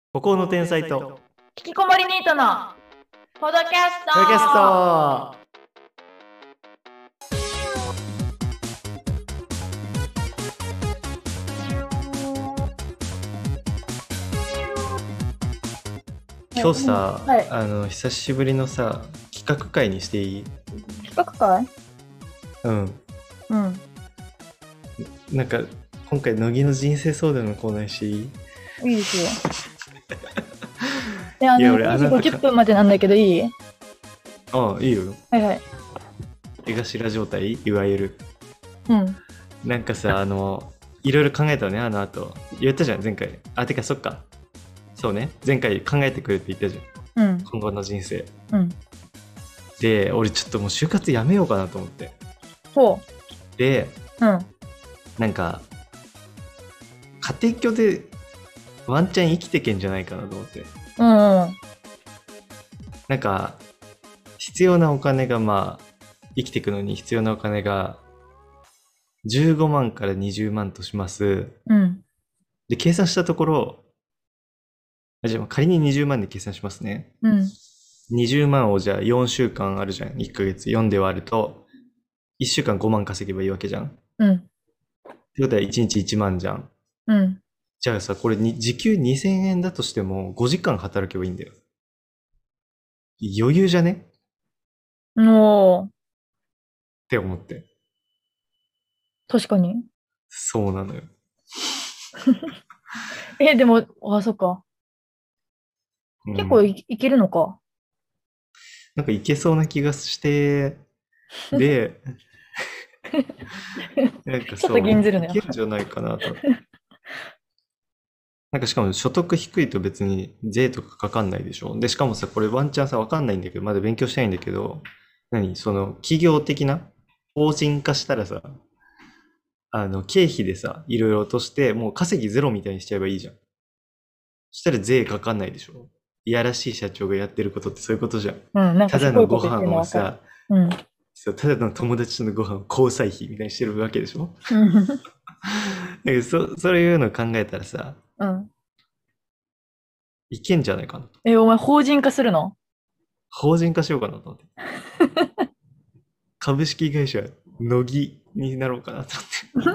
孤高の天才と引きこもりニートのポッドキャスト。 ポッドキャスト。今日さ、 はい、 久しぶりのさ企画会にしていい？ 企画会？ うん。 うん。 なんか今回乃木の人生相談のコーナーにしていい？ いいですよ。 いや俺 2時50分までなんだけどいい？ ああいいよ。 はいはい。 江頭状態いわゆる。 うん。 なんかさいろいろ考えたのね。あの後言ったじゃん前回。てかそっか、そうね、前回考えてくれって言ったじゃん、 うん。 今後の人生うん。 で。俺ちょっともう就活やめようかなと思って。 ほでう。うん。 なんか家庭教でワンチャン生きてけんじゃないかなと思って。 うんうん。 なんか必要なお金が生きていくのに必要なお金が15万から20万とします。 うん。 で計算したところ、じゃあ仮に20万で計算しますね。 うん。 20万をじゃあ4週間あるじゃん。1ヶ月4で割ると1週間5万稼げばいいわけじゃん。ってうん。 ことは1日1万じゃん。 うん。 じゃあさ、これに時給2000円だとしても5時間働けばいいんだよ。余裕じゃねおー。 って思って。 確かに。 そうなのよ。 でも、そっか。 うん。 結構いけるのか。 なんかいけそうな気がして、で、なんかちょっとそう、 銀ずるのよ。 いけるんじゃないかなと。なんかしかも所得低いと別に税とかかかんないでしょ。で、しかもさ、これワンチャンさ、わかんないんだけど、まだ勉強したいんだけど、企業的な法人化したらさ、経費でさ、いろいろ落として、もう稼ぎゼロみたいにしちゃえばいいじゃん。そしたら税かかんないでしょ。いやらしい社長がやってることってそういうことじゃん。 うん。なんかただすごいこと言ってのご飯るのわかる。 をさ、 うん。 そう、ただの友達とのご飯を交際費みたいにしてるわけでしょ。 うん。 だけどそういうのを考えたらさ、 うん。 いけんじゃないかなと。 お前法人化するの？ 法人化しようかなと思って。株式会社、乃木になろうかなと思って。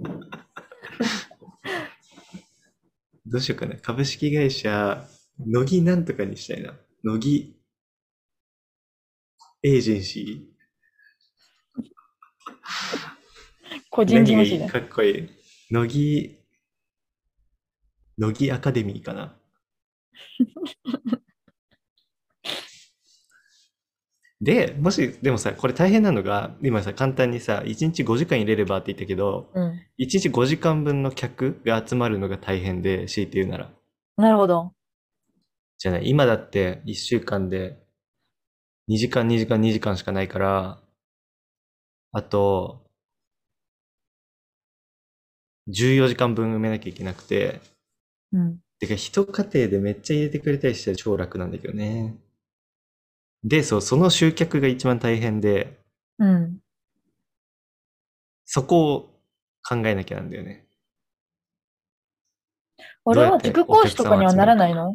どうしようかな。株式会社、乃木なんとかにしたいな。乃木エージェンシ個ー。 人事務所で。 何がいい？かっこいい。乃木、乃木アカデミーかな。で、もし、でもさ、これ大変なのが、今さ、簡単にさ、1日5時間入れればって言ったけど、 うん。 1日5時間分の客が集まるのが大変で、強いて言うなら。 なるほど。 じゃない、今だって1週間で2時間2時間2時間しかないから、あと14時間分埋めなきゃいけなくて、 うん。 てか一家庭でめっちゃ入れてくれたりしたら超楽なんだけどね。で、そう、その集客が一番大変で、 うん。 そこを考えなきゃなんだよね。 あれはどうやって塾講師お客さんとかにはなを集めるか。 らないの？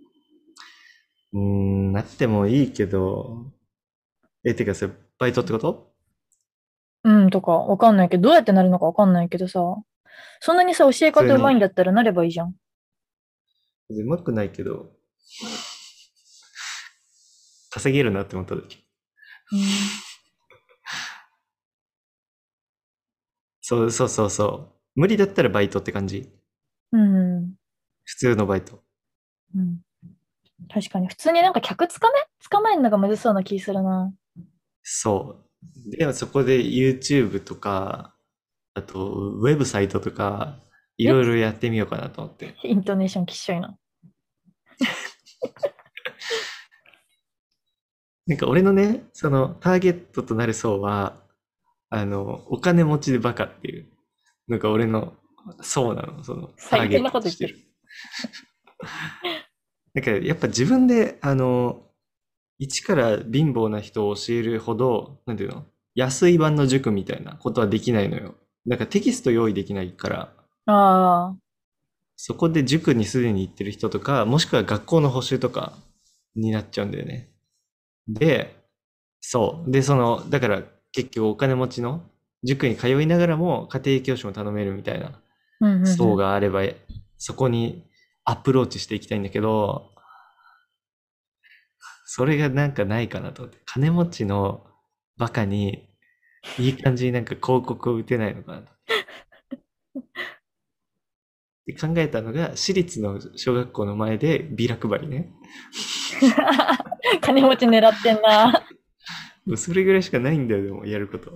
なってもいいけど、てかさ、バイトってこと？ うん、とか、わかんないけど、どうやってなるのかわかんないけどさ、そんなにさ、教え方うまいん普通に、 だったらなればいいじゃん。 うまくないけど、稼げるなって思った時。 うん。 そうそうそうそう。無理だったらバイトって感じ。 うん。 普通のバイト。 うん。確かに。普通になんか客捕まえるのがむずそうな気するな。 そう。でもそこで YouTube とか、あとウェブサイトとか、いえ、 ろいろやってみようかなと思って。 イントネーションきっしょいな。 なんか俺のね、そのターゲットとなる層は、お金持ちでバカっていう、なんか俺の層なの、そのターゲ最低なットとしてる。 こと言ってる。 だからやっぱ自分で、一から貧乏な人を教えるほど、なんていうの、安い版の塾みたいなことはできないのよ。なんかテキスト用意できないから、 ああ。 そこで塾にすでに行ってる人とか、もしくは学校の補習とかになっちゃうんだよね。で、そう。で、だから結局お金持ちの塾に通いながらも家庭教師も頼めるみたいなうんうん層うがあれば、そこにアプローチしていきたいんだけど、それがなんかないかなと思って。金持ちのバカにいい感じになんか広告を打てないのかなって考えたのが、私立の小学校の前でビラ配りね。 ん。金持ち狙ってんな。 それぐらいしかないんだよ、でもやること。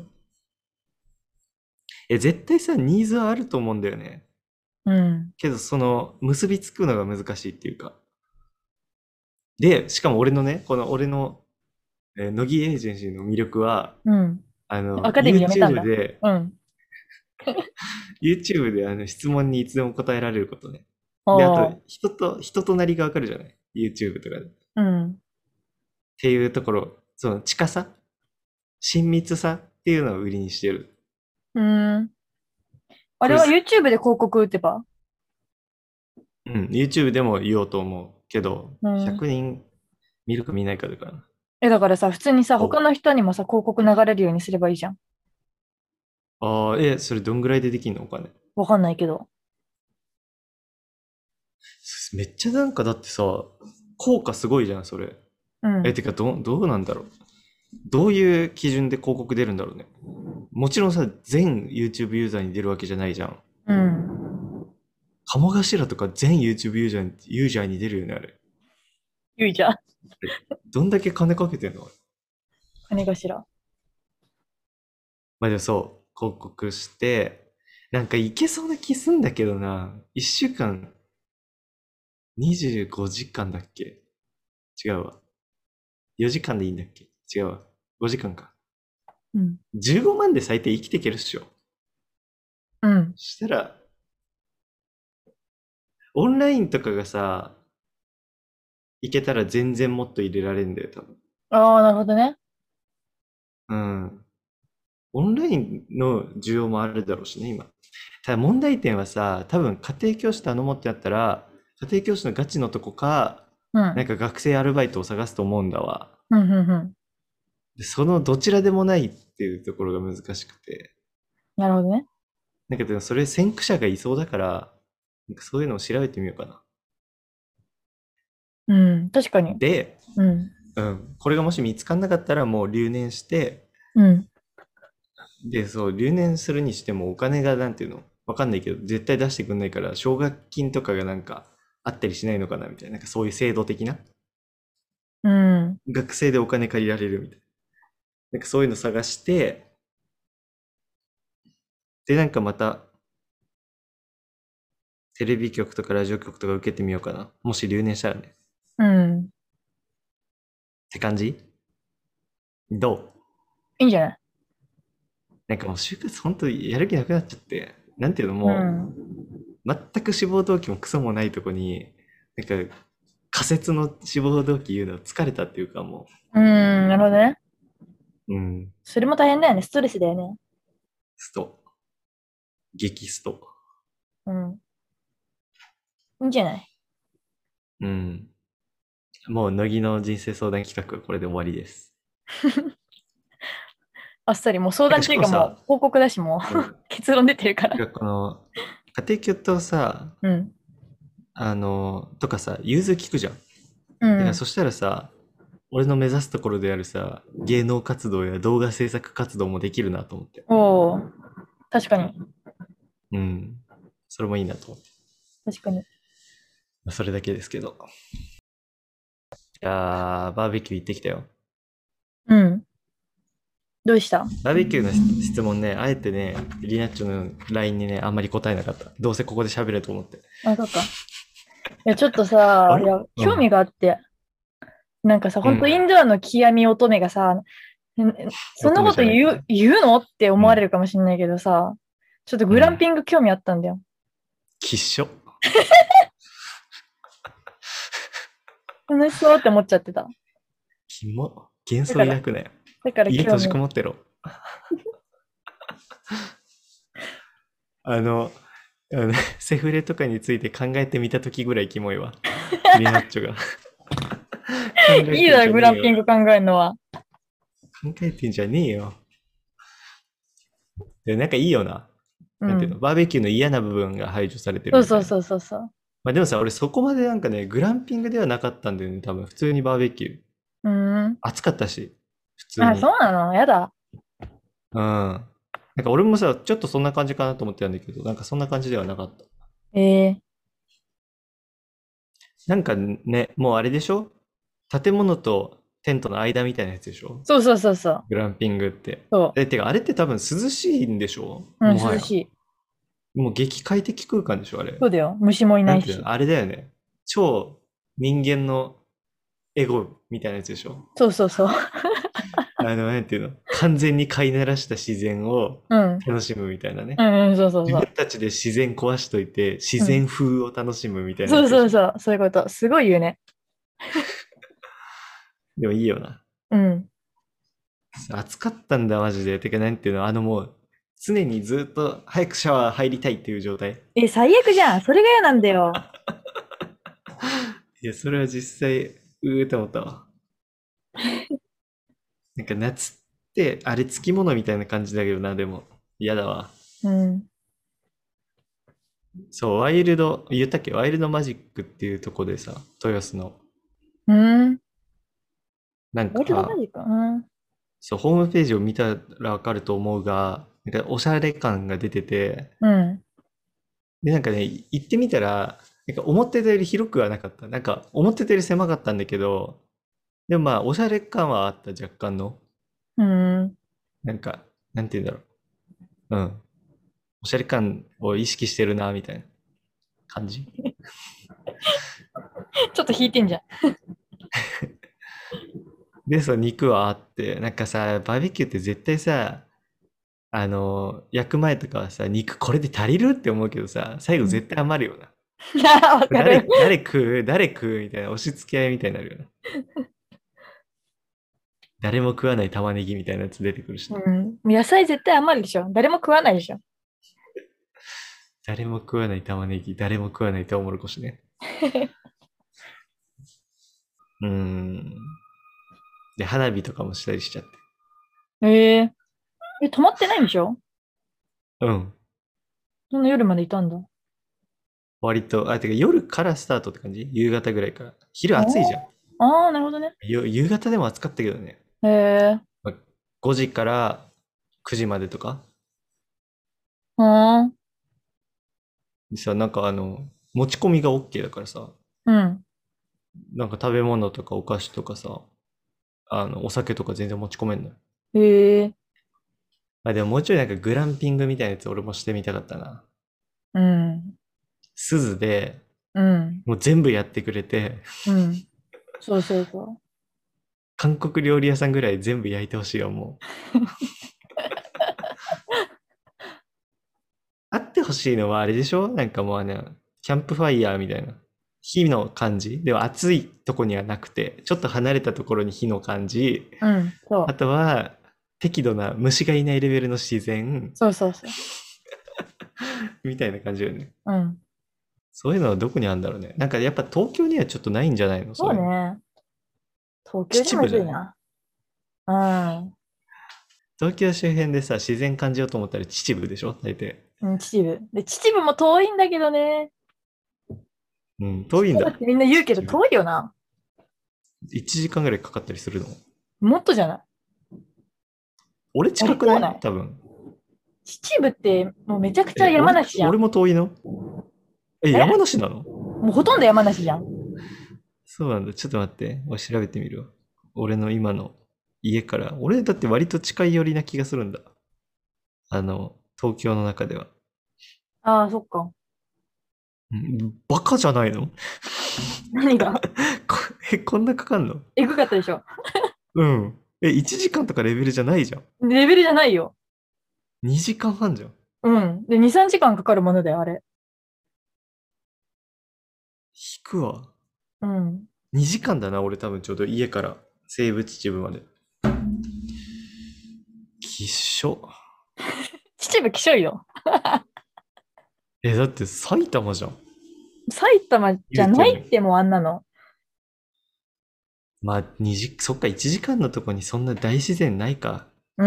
絶対さ、ニーズはあると思うんだよね。 うん。 けど、結びつくのが難しいっていうか。で、しかも俺の、乃木エージェンシーの魅力は、 うん。アカデミーやめたん YouTube だ。 で、 うん。 YouTube で質問にいつでも答えられることね。で、あと、 おー。 人となりがわかるじゃない ?YouTube とかで。っうん。 ていうところ、その近さ親密さっていうのを売りにしてる。 うん。あこれ、 れは YouTube で広告打てば？ うん、YouTube でも言おうと思うけど、 うん。 100人見るか見ないかだからな。 だからさ、普通にさ、他お、 の人にもさ、広告流れるようにすればいいじゃん。 ああ、それどんぐらいでできんのお金。 わかんないけど。 めっちゃなんかだってさ、効果すごいじゃん、それ。 うん。 てか、どうなんだろう。どういう基準で広告出るんだろうね。もちろんさ、全 YouTube ユーザーに出るわけじゃないじゃん。 うん。 鴨頭とか全 YouTube ユーザーに出るよね、あれ。 ゆいじゃん。 どんだけ金かけてんのあれ。 金頭。 まあでもそう、広告して、なんかいけそうな気すんだけどな。1週間25時間だっけ。違うわ。4時間でいいんだっけ。違うわ。5時間か。 うん。 15万で最低生きていけるっしょ。 うん。 したら、オンラインとかがさ、いけたら全然もっと入れられるんだよ、多分。 ああ、なるほどね。 うん。オンラインの需要もあるだろうしね、今。ただ問題点はさ、多分家庭教師頼もうってやったら、家庭教師のガチのとこか、 うん。 なんか学生アルバイトを探すと思うんだわ。 うん、うん、うん。 でそのどちらでもないっていうところが難しくて。 なるほどね。 なんかでもそれ先駆者がいそうだから、なんかそういうのを調べてみようかな。 うん。確かに。 で、 うん。 うん。これがもし見つかんなかったらもう留年して、 うん。 で、そう、留年するにしてもお金がなんていうのわかんないけど、絶対出してくんないから、奨学金とかがなんかあったりしないのかなみたいな。なんかそういう制度的な。 うん。 学生でお金借りられるみたいな。なんかそういうの探して、で、なんかまた、テレビ局とかラジオ局とか受けてみようかな。もし留年したらね。っうん。 て感じどういいんじゃない？ なんかもう就活本当やる気なくなっちゃって、なんていうのうもん。 う、全く志望動機もクソもないとこに、なんか仮説の志望動機言うの疲れたっていうかもうん。なるほどね。 う、うん、 それも大変だよね。ストレスだよね。 スト、激スト。 うん。いいんじゃない？ うん。もう乃木の人生相談企画はこれで終わりです。 あっさり、もう相なんか談っていうかもうしかもさ、 報告だし、もううん、 結論出てるから。 なんかこの、家庭教とさ、 うん。 とかさ、融通聞くじゃん。だからうん。 そしたらさ、俺の目指すところであるさ、芸能活動や動画制作活動もできるなと思って。 おお、確かに。 うん。それもいいなと思って。 確かに。 まあそれだけですけど。いやー、バーベキュー行ってきたよ。 うん。どうした？ バーベキューの質問ね、あえてね、リナッチョの LINE にね、あんまり答えなかった。どうせここで喋ると思って。 あ、そっか。いや、ちょっとさ、 あれいや、興味うん。 があって、なんかさ、ほんとイうん。 ンドアの極み乙女がさ、そんな乙女ことじゃないから。 言うのって思うん。 われるかもしれないけどさ、ちょっとグランうん。 ピング興味あったんだよ。 きっしょ。 楽しそうって思っちゃってた。 キモ。幻だから、 想抱くなよ。 だから家閉じこ興味。 もってろ。あの、 セフレとかについて考えてみたときぐらいキモいわ。ミナッチョが。考えいいだろ、 てんじゃねえよ。 グランピング考えるのは。 考えてんじゃねえよ。で、なんかいいよな。なんていうの、 うん。 バーベキューの嫌な部分が排除されてるみたいな。 そうそうそうそうそう。 まあでもさ、俺そこまでなんかね、グランピングではなかったんだよね、多分。普通にバーベキュー。 うーん。 暑かったし、普通あ、そうに。 なのやだ。 うん。なんか俺もさ、ちょっとそんな感じかなと思ってたんだけど、なんかそんな感じではなかった。 ええなんかね、もうあれでしょ、建物とテントの間みたいなやつでしょ、 そうそうそうそう。 グランピングって。 そてか、あれって多分涼しいんでしょ、 う。うん、 もはや。 涼しい。 もう激快適空間でしょあれ。 そうだよ。虫もいないし。 なんていうの、あれだよね。超人間のエゴみたいなやつでしょ。 そうそうそう。 なんていうの、完全に飼いならした自然をうん。 楽しむみたいなね。 うんうん、そうそう自そう。 分たちで自然壊しといて、自うん。 然風を楽しむみたいなやそうつでしょ。 そうそう。そういうこと。すごい言うね。 でもいいよな。 うん。 暑かったんだ、マジで。てか、なんていうの、もう、常にずっと早くシャワー入りたいっていう状態。 え、最悪じゃん。それが嫌なんだよ。 いや、それは実際、うーって思ったわ。なんか夏って、あれ、つきものみたいな感じだけどな、でも。嫌だわ。 うん。 そう、ワイルド、言ったっけ、ワイルドマジックっていうとこでさ、豊洲の、 うん。 なんワイルドマか、 ジック。うん。 そう、ホームページを見たらわかると思うが、なんかおしゃれ感が出てて、 うん。 で、なんかね、行ってみたら、なんか思ってたより広くはなかった。なんか思ってたより狭かったんだけど、でもまあ、おしゃれ感はあった、若干の。 うん。 なんか、なんて言うんだろう。うん。おしゃれ感を意識してるな、みたいな感じ。 ちょっと引いてんじゃん。 で、そう、肉はあって、なんかさ、バーベキューって絶対さ、焼く前とかはさ、肉これで足りるって思うけどさ、最うん。 後絶対余るよな。 わかる。 誰食うみたいな、押し付け合いみたいになるよな。誰も食わない玉ねぎみたいなやつ出てくるしな。 うん。野菜絶対余るでしょ。誰も食わないでしょ。 誰も食わない玉ねぎ、誰も食わないトウモロコシね。うーん。で、花火とかもしたりしちゃって。 えええ、止まってないんでしょ？ うん。 そんな夜までいたんだ。 割と、てか夜からスタートって感じ、夕方ぐらいから。昼暑いじゃん。 おー、ああ、なるほどね。 夕方でも暑かったけどね。 へえ。 まあ、5時から9時までとか。 うん。 でさ、なんか持ち込みが OK だからさ、 うん。 なんか食べ物とかお菓子とかさ、お酒とか全然持ち込めんのよ。 へえ。 でももうちょいなんかグランピングみたいなやつ俺もしてみたかったな。 うん。 鈴でうん。 もう全部やってくれて、 うん。そうそうそ韓国料理屋さんぐらい全部焼いてほしいよ、もう。あってほしいのはあれでしょ、なんかもうキャンプファイヤーみたいな。火の感じでは暑いとこにはなくて、ちょっと離れたところに火の感じ。 う。うん。そあとは、適度な虫がいないレベルの自然う。そうそうそう。 みたいな感じよね。 うん。 そういうのはどこにあるんだろうね。なんかやっぱ東京にはちょっとないんじゃないの、そそうういうの。 ね。東京じゃ秩父じゃない？ まずいな。うん。 東京周辺でさ、自然感じようと思ったら秩父でしょ大抵。 うん、秩父。で、秩父も遠いんだけどね。 うん、遠いんだ。 秩父ってみんな言うけど秩父。 遠いよな。 1時間ぐらいかかったりするの？ もっとじゃない？ 俺あれ近くな遠ない？ い多分。 秩父ってもうめちゃくちゃ山梨じゃん。 俺も遠いの？山え、 梨なの？ もうほとんど山梨じゃん。 そうなんだ。ちょっと待って。俺調べてみるわ。俺の今の家から。俺だって割と近い寄りな気がするんだ。東京の中では。 ああ、そっか。 バカじゃないの？ 何が？ ここんなかかんの？ えぐかったでしょ。 うん。1時間とかレベルじゃないじゃん。 レベルじゃないよ。 2時間半じゃん。 うん。で、2、3時間かかるものだよ、あれ。 引くわ。 うん。 2時間だな、俺多分ちょうど家から西武秩父まで。きっしょ。 秩父きしょいよ。 だって埼玉じゃん。 埼玉じゃ言うても。 ないってもうあんなの。 まあ、そっか、1時間のとこにそんな大自然ないか。 うん。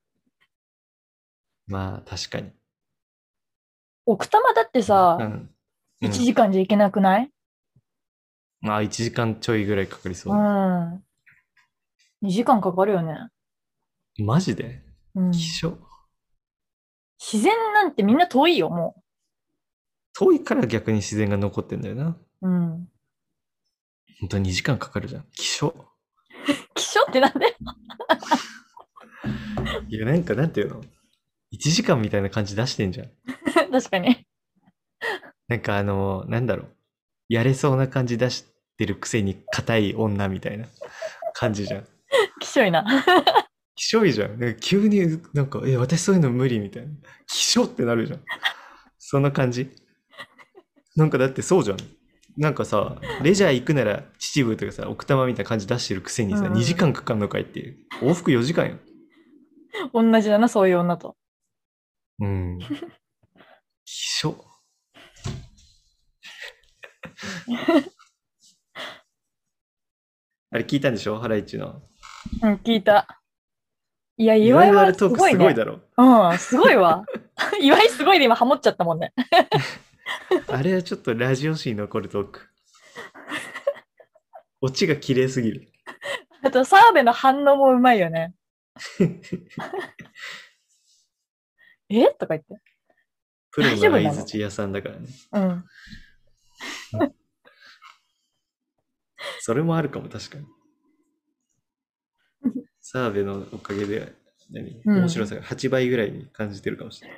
まあ、確かに。 奥多摩だってさ、 時間、う 1 ん。 時間じゃいけなくない？ まあ、1時間ちょいぐらいかかりそううだ。 ん。2時間かかるよね。 マジでうん。 気象自然なんてみんな遠いよ、も遠いから逆に自然が残ってんだよな。 う。うん。 本当に2時間かかるじゃん。気象。 気象ってなんで？ いや、なんかなんていうの？ 1 時間みたいな感じ出してんじゃん。 確かに。 なんかなんだろう。やれそうな感じ出してるくせに硬い女みたいな感じじゃん。 気象いな。 気象いじゃん。なんか急になんか、私そういうの無理みたいな。気象ってなるじゃん。そんな感じ。なんかだってそうじゃん。なんかさ、レジャー行くなら秩父とかさ、奥多摩みたいな感じ出してるくせにさ、 うん 2 うん。 時間かかんのかいっていう。往復4時間よ。 同じだな、そういう女と。 うん。気象。あれ聞いたんでしょハライチの。 うん、聞いた。いや、 岩井岩井はワールトークすごいね。 すごいだろ。 うん、すごいわ。岩井すごいで今ハモっちゃったもんね。 あれはちょっとラジオ史に残るトーク。オチが綺麗すぎる。 あと、澤部の反応もうまいよね。えとか言って。 プロ大の相丈夫なの？ 槌屋さんだからね。 うん。 それもあるかも、確かに。澤部のおかげで、 うん。 面白さが8倍ぐらいに感じてるかもしれない。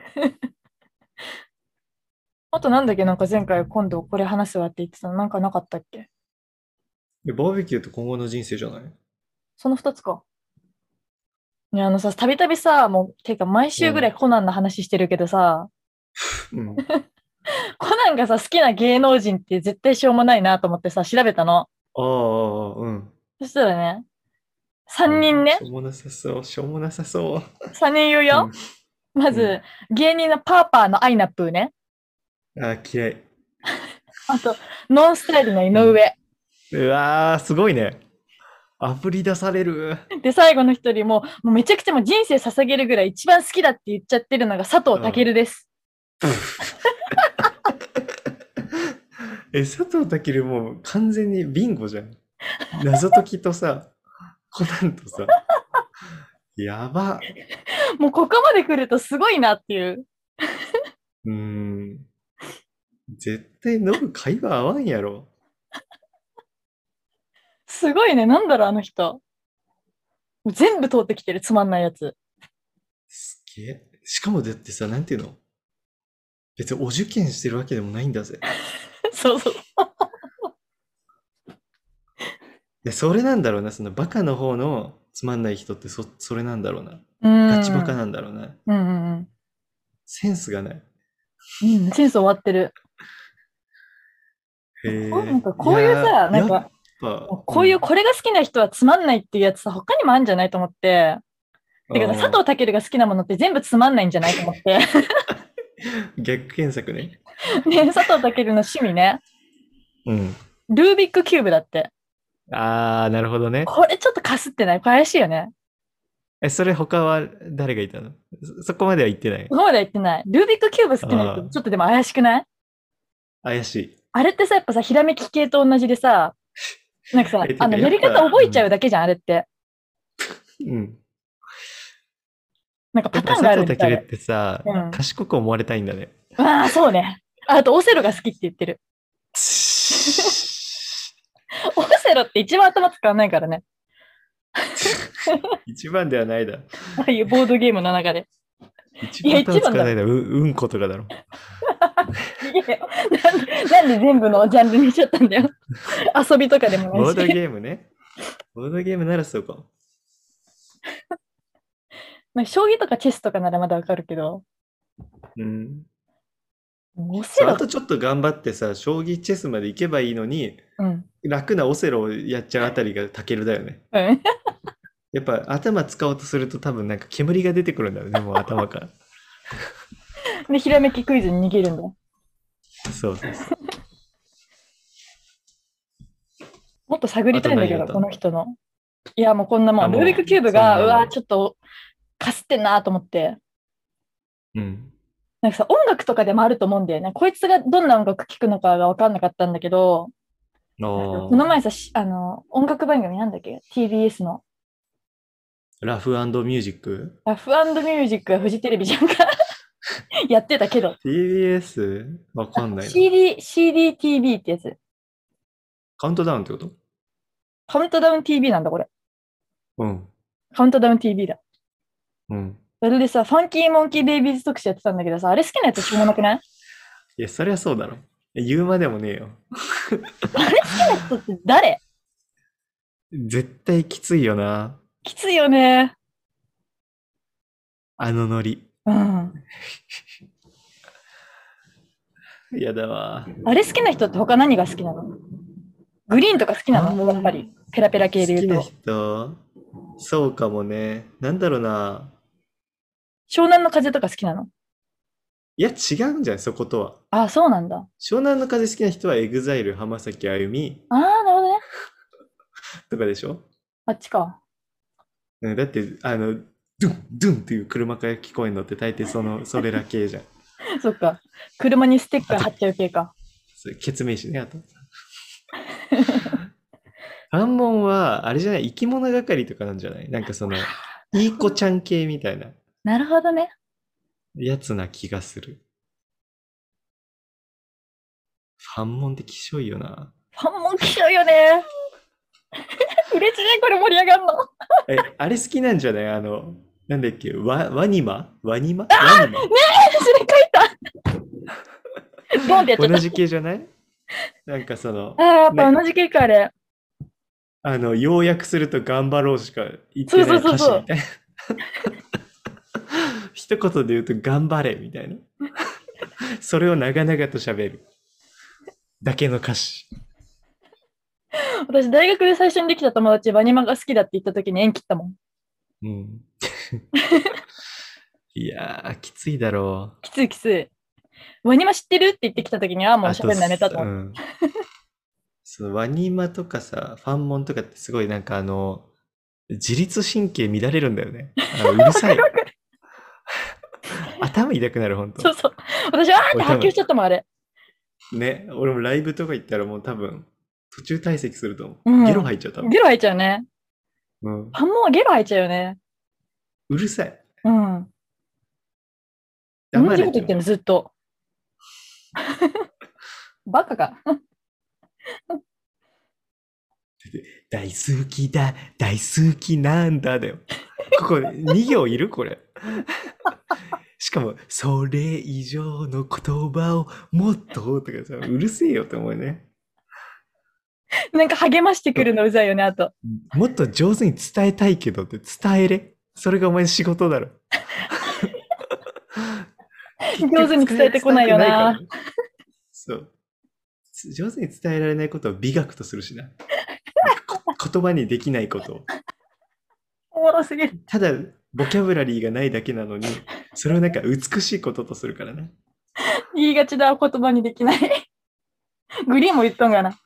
あとなんだっけ、なんか前回今度これ話すわって言ってたのなんかなかったっけ？ バーベキューと今後の人生じゃない？ その二つか。いや、たびたびさ、もう、てか毎週ぐらいうん。 コナンの話してるけどさ、 うん。 コナンがさ、好きな芸能人って絶対しょうもないなと思ってさ、調べたの。 ああ、うん。 そしたらね、3 うん。 人ね、 しょうもなさそう。しょうもなさそ 3人言うう。うよ。 ん。 まず、 うん。 芸人のパーパーのアイナップーね。 嫌い。 あと、ノンスタイルの井うん。 上。 うわー、すごいね。あぶり出される。 で、最後の一人もうめちゃくちゃもう人生捧げるぐらい一番好きだって言っちゃってるのが佐藤うん。 健です。 佐藤健もう完全にビンゴじゃん。謎解きとさ、コナンとさ、やば。 もうここまで来るとすごいなっていう。 うーん。絶対ノブ会話合わんやろ。 すごいね。なんだろう、あの人。もう全部通ってきてる、つまんないやつ。 すげえ。しかもだってさ、なんていうの？別にお受験してるわけでもないんだぜ。 そうそう。 で、それなんだろうな。そのバカの方のつまんない人ってそれなんだろうな。 うガチバカん。 なんだろうな。 うんうんセンスがない。 うん。うん、センス終わってる。なんへえ。 かこういういやさ、 ー、やっぱ、 こういううん。 これが好きな人はつまんないっていうやつさ、他にもあるんじゃないと思って。てか、佐ああ、 藤健が好きなものって全部つまんないんじゃないと思って。 逆検索ね。 ね、佐藤健の趣味ね。 うん。 ルービックキューブだって。 ああ、なるほどね。 これちょっとかすってない？これ怪しいよね。 それ他は誰がいたの？そこまでは言ってない。 ここまでは言ってない。ルービックキューブ好きな人、 あちょっとでも怪しくない？ あ、怪しい。 あれってさ、やっぱさ、ひらめき系と同じでさ、なんかさ、 てかやり方やっぱ、 覚えちゃうだけじゃん、あれって。 うん。 なんかパターンがやっぱ佐あるんです、あれ。 藤健ってさ、 うん。 賢く思われたいんだね。 ああ、そうね。あと、オセロが好きって言ってる。オセロって一番頭使わないからね。 一番ではないだ。 ああいうボードゲームの中で。いや、 一番頭一番だろ。 使わないだ。うんことかだろ。 いやいやなんで全部のジャンルにしちゃったんだよ。遊びとかでもないボードし。 ゲームね。ボードゲームならそうか。 まあ将棋とかチェスとかならまだわかるけど、 うん。そう、あオセロ、 とちょっと頑張ってさ、将棋チェスまで行けばいいのに、 うん。 楽なオセロをやっちゃうあたりがタケルだよね。 うん。 やっぱ頭使おうとすると多分なんか煙が出てくるんだよね、もう頭から。 で、ひらめきクイズに逃げるんだ。 そうそうそう。 もっと探りあとたいんだけど、こ何やったの？ の人の。いや、もうこんなもあ、 ん。ルービックキューもう、 ブが、うわ、 そんなの。 ちょっとかすってんなと思って。 うん。 なんかさ、音楽とかでもあると思うんだよね。こいつがどんな音楽聴くのかが分かんなかったんだけど、 ああ、 この前さ、音楽番組なんだっけ？ TBS の。 ラフミュージック？ ラフミュージックがフジテレビじゃんかやってたけど。 TBS？ わかんないな。 CDTV ってやつ。 カウントダウンってこと？ カウントダウン TV なんだ、これ。 うん。 カウントダウン TV だ。 うん。 それでさ、ファンキーモンキーベイビーズ特集やってたんだけどさ、あれ好きなやつしょうもなくない？ いや、そりゃそうだろ。言うまでもねえよ。 あれ好きな人って誰？ 絶対きついよな。 きついよね。 あのノリ。 うん。 やだわ。 あれ好きな人って他何が好きなの？グリーンとか好きなの？やっぱり。ペラペラ系で好きな言うと。 人？そうかもね。なんだろうな。 湘南の風とか好きなの？ いや、違うんじゃないそことは。 あ、そうなんだ。 湘南の風好きな人はエグザイル浜崎あゆみああ、なるほどね。 とかでしょ？ あっちか。 うんだって、ドゥン、ドゥンっていう車から聞こえるのって大抵それら系じゃん。 そっか。車にステッあと、 カー貼っちゃう系か。 ケツメイシね、あと。ファンモンは、あれじゃない、生き物係とかなんじゃない？なんかいい子ちゃん系みたいななるほどね。 やつな気がする。ファンモンってきしょいよな。 ファンモン来ちゃうよね。嬉しい、これ盛り上がんの。 あれ好きなんじゃない？なんだっけ、ワニマワニマワニマそれ書いた。ボンってやっちゃった。 同じ系じゃない？なんかああ、やっぱね、 同じ系か、あれ。 要約すると頑張ろうしか言っそうてないそうそうそう。 歌詞みたいな。一言で言うと頑張れみたいな。それを長々と喋るだけの歌詞。 私、大学で最初にできた友達、ワニマが好きだって言った時に縁切ったもん。 うん。いやー、きついだろう。 きついきつい。ワニマ知ってるって言ってきた時に、ああ、もうあと、 喋んのやめたと思って。 うん。ワニマとかさ、ファンモンとかってすごいなんか自律神経乱れるんだよね。うるさい。頭痛くなる、ほんと。 そうそう。私、あーって俺多分、 発狂しちゃったもん、あれ。 ね、俺もライブとか行ったらもう多分、途中退席すると思う。 うん。 ゲロ吐いちゃう、多分。 ゲロ吐いちゃうね。 うん。 パンモンはゲロ吐いちゃうよね。 うるさい。 うん。同黙れって思う。 じこと言ってんの、ずっと。バカか。 大好きだ、大好きなんだだよ。ここ2行いるこれ。しかも、それ以上の言葉をもっととかさ、うるせえよって思うね。 なんか励ましてくるのうざいよね、あと。 もっと上手に伝えたいけどって伝えれ。それがお前の仕事だろ。結上手に伝えてこないよな。 伝えてないからね。そう。上手に伝えられないことを美学とするしな。言葉にできないことを。 おもろすぎる。 ただ、ボキャブラリーがないだけなのに、それをなんか美しいこととするからね。 言いがちだ、言葉にできない。グリーンも言ったんかな。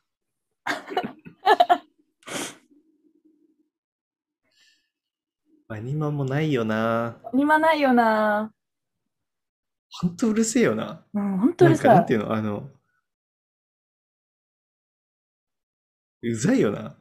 アニマもないよな。 今ないよな。 ほんとうるせえよな。 うん、本当なんか、なにさ。 んていうの、うざいよな。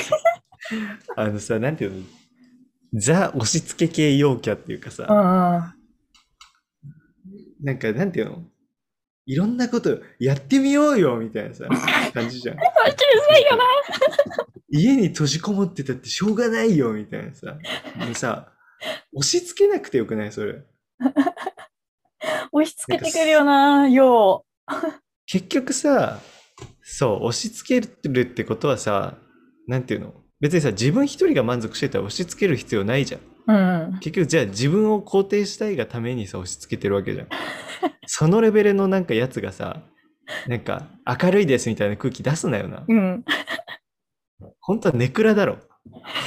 なんていうの、ザ押し付け系陽キャっていうかうさ、 んうん。 なんか、なんていうの、いろんなことやってみようよみたいなさ、感じじゃん。 マジうざいよな。 家に閉じこもってたってしょうがないよみたいなさ。もうさ、押し付けなくてよくないそれ。 押しなんか付けてくるよな、よ結局さ、そう、押し付けるってことはさ、なんていうの別にさ、自分一人が満足してたら押し付ける必要ないじゃん。 う。うん。 結局じゃあ自分を肯定したいがためにさ、押し付けてるわけじゃん。そのレベルのなんかやつがさ、なんか明るいですみたいな空気出すなよな。 うん。 本当はネクラだろ。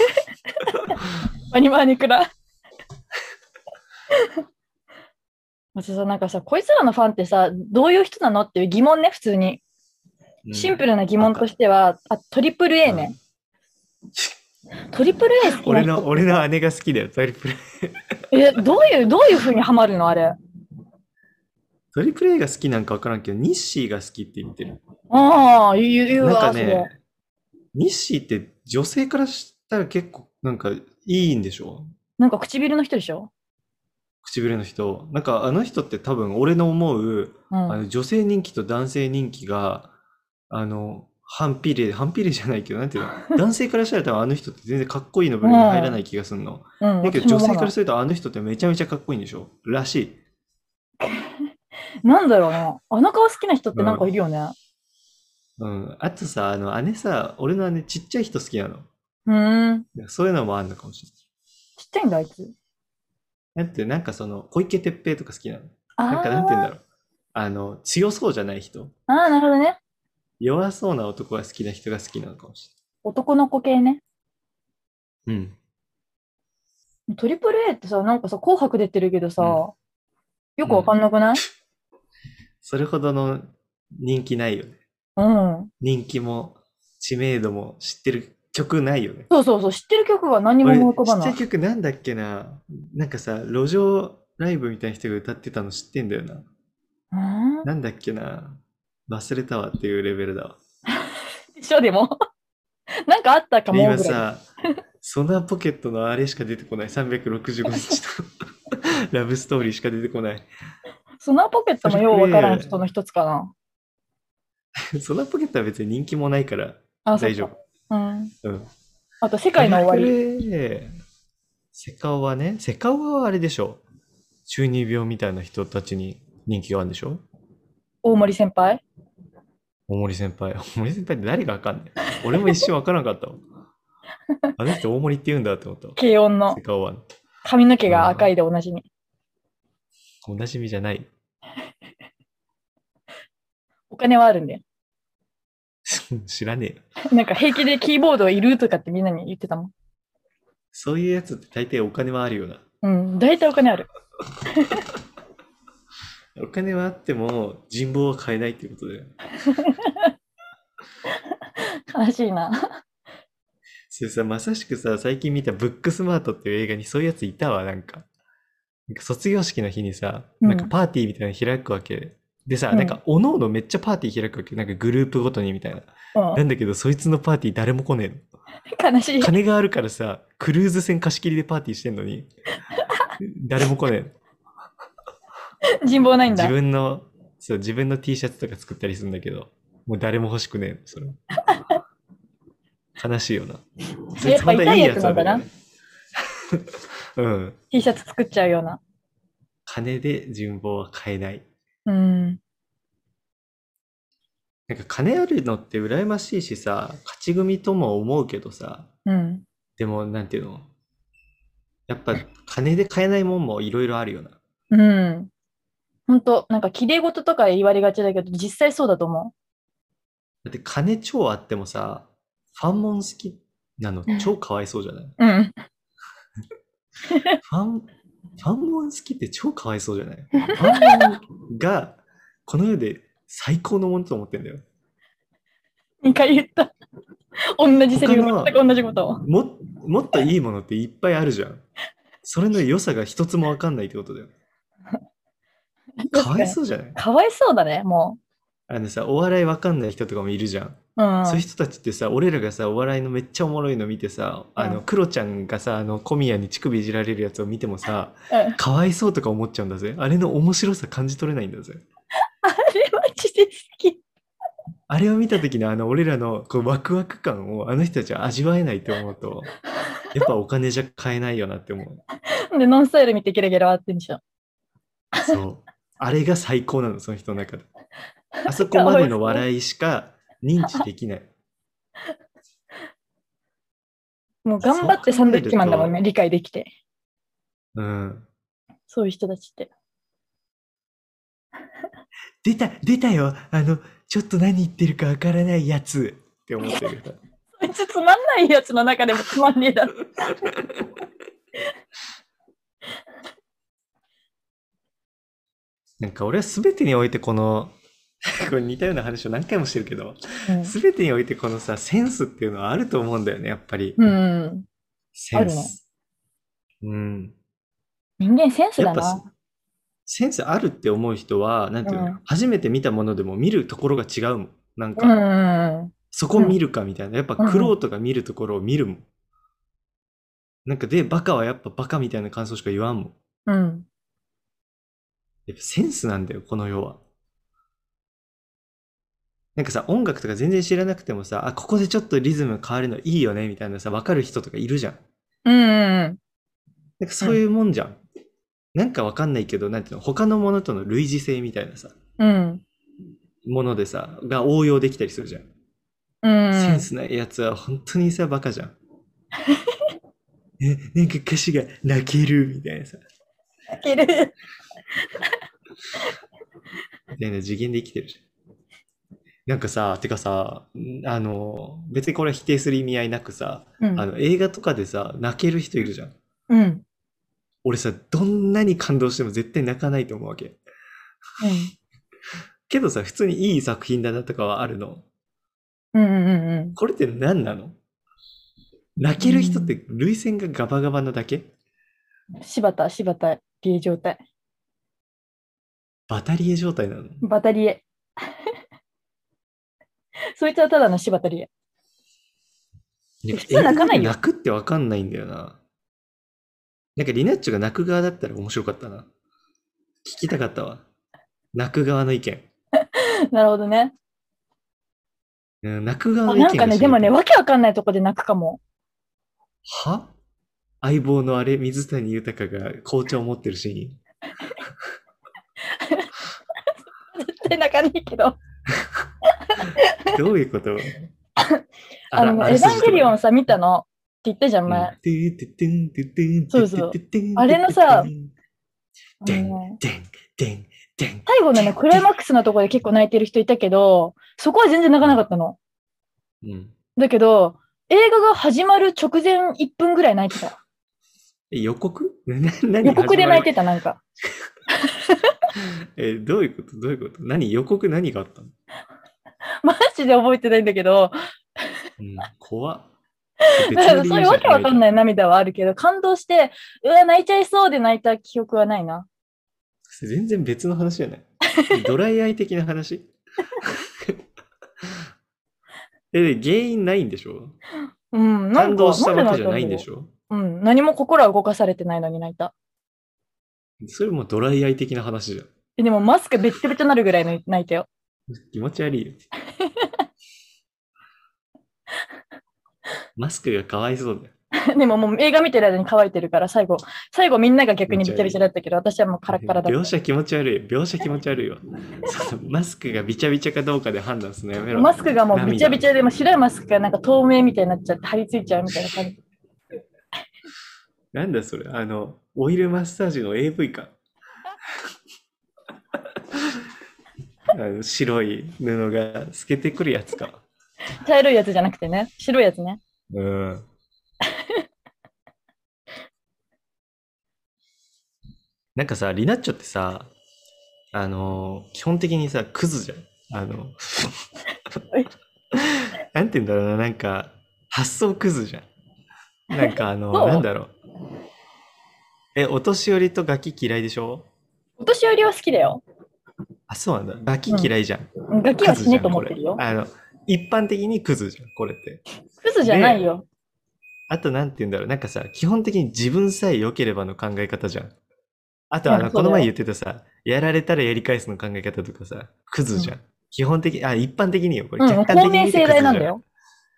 ワニマニクラ。 私さ、なんかさ、こいつらのファンってさ、どういう人なのっていう疑問ね、普通に。シンプうん。 ルな疑問としては、トリプル A ね。 うん。 トリプル A 好きな人ってさ、 俺の姉が好きだよ、トリプル A。 どういう風にハマるのあれ。 トリプル A が好きなんかわからんけど、ニッシーが好きって言ってる。 ああ、言うなんかわ、それ。 ね、ニッシーって女性からしたら結構なんかいいんでしょ？ なんか唇の人でしょ？ 唇の人。なんかあの人って多分俺の思う、 うん。 女性人気と男性人気が、反比例じゃないけど、なんていうの、男性からしたら多分あの人って全然かっこいいの部類に入らうん。 ない気がするの。 うん、 だけど私も思うな。 女性からするとあの人ってめちゃめちゃかっこいいんでしょらしい。 なんだろうな。あの顔好きな人ってなんかいうん。 るよね。 うん。あとさ、姉さ、俺の姉ちっちゃい人好きなの。 うーん。 そういうのもあるのかもしれちっちゃいんだ、あいつ。 ない。なんかその、小池徹平とか好きなの。なんかなんて言うんだあろう。強そうじゃない人。 あ、ああ、なるほどね。 弱そうな男が好きな人が好きなのかもし男の子系ね。 れない。うん。 トリプル A ってさ、なんかさ、紅白出てるけどさ、 うん。 よくわかうん。 んなくない？ それほどの人気ないよね。 うん。 人気も知名度も知ってる曲ないよね。 そうそうそう、知ってる曲が何も俺、 思い浮かば知ってるない。 曲なんだっけな。なんかさ、路上ライブみたいな人が歌ってたの知ってんだよな。 うーん。 なんだっけな。忘れたわっていうレベルだわ。 一緒でもなんかあったかで、 もぐらいで。 今さ、ソナーポケットのあれしか出てこない。365日のラブストーリーしか出てこない。 スナーポケットトリプルもようわからん A、 人の一つかな。 ソナーポケットは別に人気もないからあ、そっか。 大丈夫。 うん。 うん。 あと、世ト界の終わり。 リプル A、セカオワね。セカオワはあれでしょ。中二病みたいな人たちに人気があるんでしょ？ 大森先輩。 大森先輩。大森先輩って誰がわかんない？俺も一瞬わからなかったわ。あの人大森って言うんだって思ったわ。 軽音のセカオワ。 髪の毛が赤あいでおなじみ。 あ、おなじみじゃない。 お金はあるんだよ。 知らねえよ。 なんか平気でキーボードいるとかってみんなに言ってたもん。 そういうやつって大抵お金はあるよな。 うん。大体お金ある。 お金はあっても人望は買えないっていうことだよね。 悲しいな。 それさ、まさしくさ、最近見たブックスマートっていう映画にそういうやついたわ、なんか。なんか卒業式の日にさ、なんかうん。 パーティーみたいなの開くわけ。でさ、 うん。 なんか、おのおのめっちゃパーティー開くわけ。なんかグループごとにみたいな。 うん。 なんだけど、そいつのパーティー誰も来ねえの。 悲しい。 金があるからさ、クルーズ船貸し切りでパーティーしてんのに、誰も来ねえの。 人望ないん自だ。 分の、そう、自分の T シャツとか作ったりするんだけど、もう誰も欲しくねえの、それ。悲しいよな。そいやっつ本当はいいぱ痛いややつなんだけどね。 つなんだな。 うん。 T シャツ作っちゃうような。 金で人望は買えない。 うん。 なんか金あるのって羨ましいしさ、勝ち組とも思うけどさ、 うん。 でもなんていうの、やっぱ金で買えないもんもいろいろあるよな。 うん。ほんと、なんか綺麗事とか言われがちだけど、実際そうだと思だって金超あってもさ、ファンモン好きなのう。 超かわいそうじゃない？ うん。 ファン、ファンモン好きって超かわいそうじゃない？ファンモンがこの世で最高のものと思ってんだよ。 2回言った。同じセリフ、全他のく同じことを。 もっといいものっていっぱいあるじゃん。それの良さが一つもわかんないってことだよ。かわい確かに。 そうじゃない？ かわいそうだね、もさ、お笑いわかんない人とかもいるじゃん。 う。うん。うん。 そういう人たちってさ、俺らがさ、お笑いのめっちゃおもろいの見てさ、 うん。 クロちゃんがさ、小宮に乳首いじられるやつを見てもさ、かわいそうとか思っちゃうんだぜ。あれの面白さ感じ取れないんだぜ。 あれマジで好き。 あれを見た時の俺らのこうワクワク感をあの人たちは味わえないって思うと、やっぱお金じゃ買えないよなって思う。 で、ノンスタイル見てゲラゲラ笑ってんでしょ。 そう。あれが最高なの、その人の中で。あそこかまでわいそう。 の笑いしか認知できない。 もう頑そう考張ってサンドイッえるチマンだもんね、 と、 理解できて。 うん。 そういう人たちって。 出たよ。ちょっと何言ってるかわからないやつって思ってる。 そいつつまんないやつの中でもつまんねえだろ。 なんか俺は全てにおいてこの、これ似たような話を何回もしてるけど、 うん。 全てにおいてこのさ、センスっていうのはあると思うんだよね、やっぱり。 うん。 セあるね。 ンス。うん。 人間センスやっぱだな。 センスあるって思う人は、なんていうの、 うん。 初めて見たものでも見るところが違うもん。なんうん。 か、 うん。 そこ見るかみたいな。やっぱうん。 玄人が見るところを見るもん。なんかで、バカはやっぱバカみたいな感想しか言わんもん。 うん。 やっぱセンスなんだよ、この世は。なんかさ、音楽とか全然知らなくてもさ、あ、ここでちょっとリズム変わるのいいよね、みたいなさ、わかる人とかいるじゃん。 うん。 なんかそういうん。 うもんじゃん。なんかわかんないけど、なんていうの、他のものとの類似性みたいなさ、 うん。 ものでさ、が応用できたりするじゃん。 うん。 センスないやつは本当にさ、バカじゃん。なんか歌詞が泣ける、みたいなさ、 泣ける。 みたいな次元で生きてるじゃん。なんかさ、てかさ、別にこれは否定する意味合いなくさ、 うん。 映画とかでさ、泣ける人いるじゃん。 うん。 俺さ、どんなに感動しても絶対泣かないと思うわけ。 うん。 けどさ、普通にいい作品だなとかはあるの。 うん。うん。 これって何なの？泣うける人っん。 て涙腺がガバガバなだけ？ 柴田理恵状態。 バタリエ状態なの？ バタリエ。そいつはただの柴田理恵。 なんか普通映画で泣かないよ。 泣くってわかんないんだよな。なんかリナッチョが泣く側だったら面白かったな。聞きたかったわ。泣く側の意見。 なるほどね。 うん、泣く側あ、 の意見なんかね、でもね、 が知りたい。 わけわかんないとこで泣くかも。 は？相棒のあれ、水谷豊が紅茶を持ってるシーン。 絶対泣かないけど。 どういうこと？あエヴァンらすじとか。 ゲリオンさ、見たのって言ったじゃん、 うん。 前。そうそう。あれのでさ、 ん、 ね、 でん、でん、でん、 最後のね、クライマックスのところで結構泣いてる人いたけど、そこは全然泣かなかったの。 うん。 だけど、映画が始まる直前1分ぐらい泣いてた。 予告？何予告始まる？ で泣いてた、なんか。 どういうこと？どういうこと？予告何があったの？ マジで覚えてないんだけど、 うん、怖っ。 だからそういうわ別の理由じゃん、涙。 けわかんない涙はあるけど、感動して、うわ、泣いちゃいそうで泣いた記憶はないな。 全然別の話じゃない。ドライアイ的な話？原因ないんでしょ？ うん、なんか、 感動しなんで泣たわけじゃいたんだろないんでしょ？ う。うん、何も心は動かされてないのに泣いた。 それもドライアイ的な話じゃん。 でもマスクべっちゃべちゃなるぐらいの泣いたよ。 気持ち悪いよ。マスクがかわいそうだよ。 でももう映画見てる間に乾いてるから、最後みんなが逆にびちゃびちゃ気持ち悪い。 だったけど、私はもうカラッカラだった。 描写気持ち悪い。描写気持ち悪いわ。そのマスクがびちゃびちゃかどうかで判断するのやめろ。 マスクがもうびちゃびち涙。 ゃで、もう白いマスクがなんか透明みたいになっちゃって貼り付いちゃうみたいな感じ。 なんだそれ。オイルマッサージの AV か。白い布が透けてくるやつか。 茶色いやつじゃなくてね、白いやつね。 うん。なんかさ、リナッチョってさ、基本的にさ、クズじゃん。なんて言うんだろうな、なんか、発想クズじゃん。なんかなんそだろう。お年寄りとガキ嫌いでしょ？ う、お年寄りは好きだよ。 あ、そうなんだ。ガキう嫌いじゃん。 ん。ガキクは死ねとズじゃん、これ。 思ってるよ。 一般的にクズじゃん、これって。 クズじゃないで、 よ。 あとなんて言うんだろう。なんかさ、基本的に自分さえ良ければの考え方じゃん。あとうん、そこの前言っうだよ。 てたさ、やられたらやり返すの考え方とかさ、クズうん。 じゃん。基本的、一般的によ。これうん、も客う公明観的に見て正クズじゃん。 大なんだよ。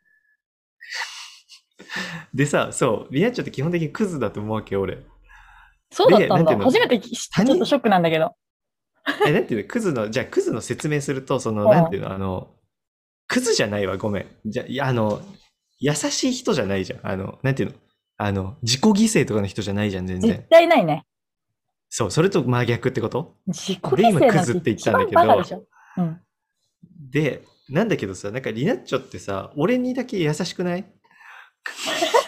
でさ、そう、リナッチョって基本的にクズだと思うわけよ、俺。で、 そうだったんだ。 なんていうの？ 初めて知って他人、 ちょっとショックなんだけど。 なんていうの？じゃあクズの説明すると、 うん。 なんていうの？クズじゃないわ、ごめん。じゃ、いや、優しい人じゃないじゃん。なんていうの？自己犠牲とかの人じゃないじゃん、全絶然。 対ないね。 そう、それと真逆ってこと？ 自己で、今、 犠牲なんクズって言ったんだて一番けど、 バカでしょ。うん。 で、なんだけどさ、なんかリナッチョってさ、俺にだけ優しくない？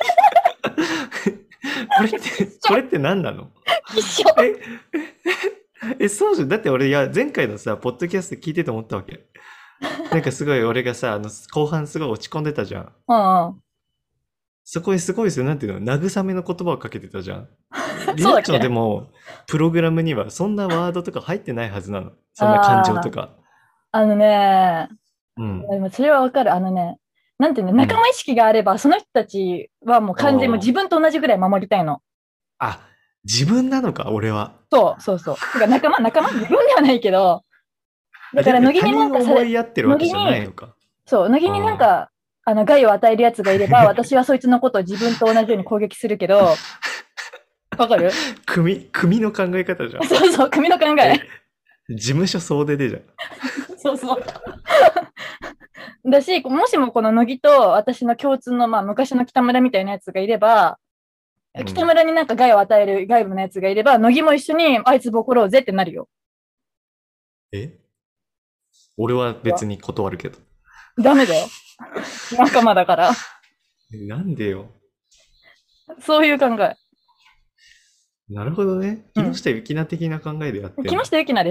これって何なの？ 一緒。 え、 そうじゃん。だって俺、いや、前回のさ、ポッドキャスト聞いてて思ったわけ。なんかすごい俺がさ、後半すごい落ち込んでたじゃん。 うんうん。 そこにすごいですよ、なんていうの、慰めの言葉をかけてたじゃん。リナッチョのでそうだっけ？ も、プログラムにはそんなワードとか入ってないはずなの。そんな感情とああ、 か。 あのね、 うん。 でもそれはわかる。なんていうの、 うん。 仲間意識があれば、その人たちはもうお完全にもう自ー。 分と同じぐらい守りたいの。 あ、自分なのか、俺は。 そうそうそう。てか仲間自分ではないけど、 あ、 だから乃木他になんかされ、 人を思いやってるわけじゃない乃木に、 のか。 そう、乃木になんうん。 か、害を与えるやつがいれば、私はそいつのことを自分と同じように攻撃するけど、わかる？ 組の考え方じゃん。 そうそう、組の考え、 え。 事務所総出でじゃん。 そうそう。だし、もしもこの乃木と私の共通の、まあ、昔の北村みたいなやつがいれば、北うん。 村になんか害を与える外部のやつがいれば、乃木も一緒にあいつボコろうぜってなるよ。 え、俺は別に断るけど。 ダメだよ。仲間だから。 なんでよ。 そういう考え。 なるほどね。 うん。 木下ゆきな的な考えでやってんだ。 木下ゆきなです。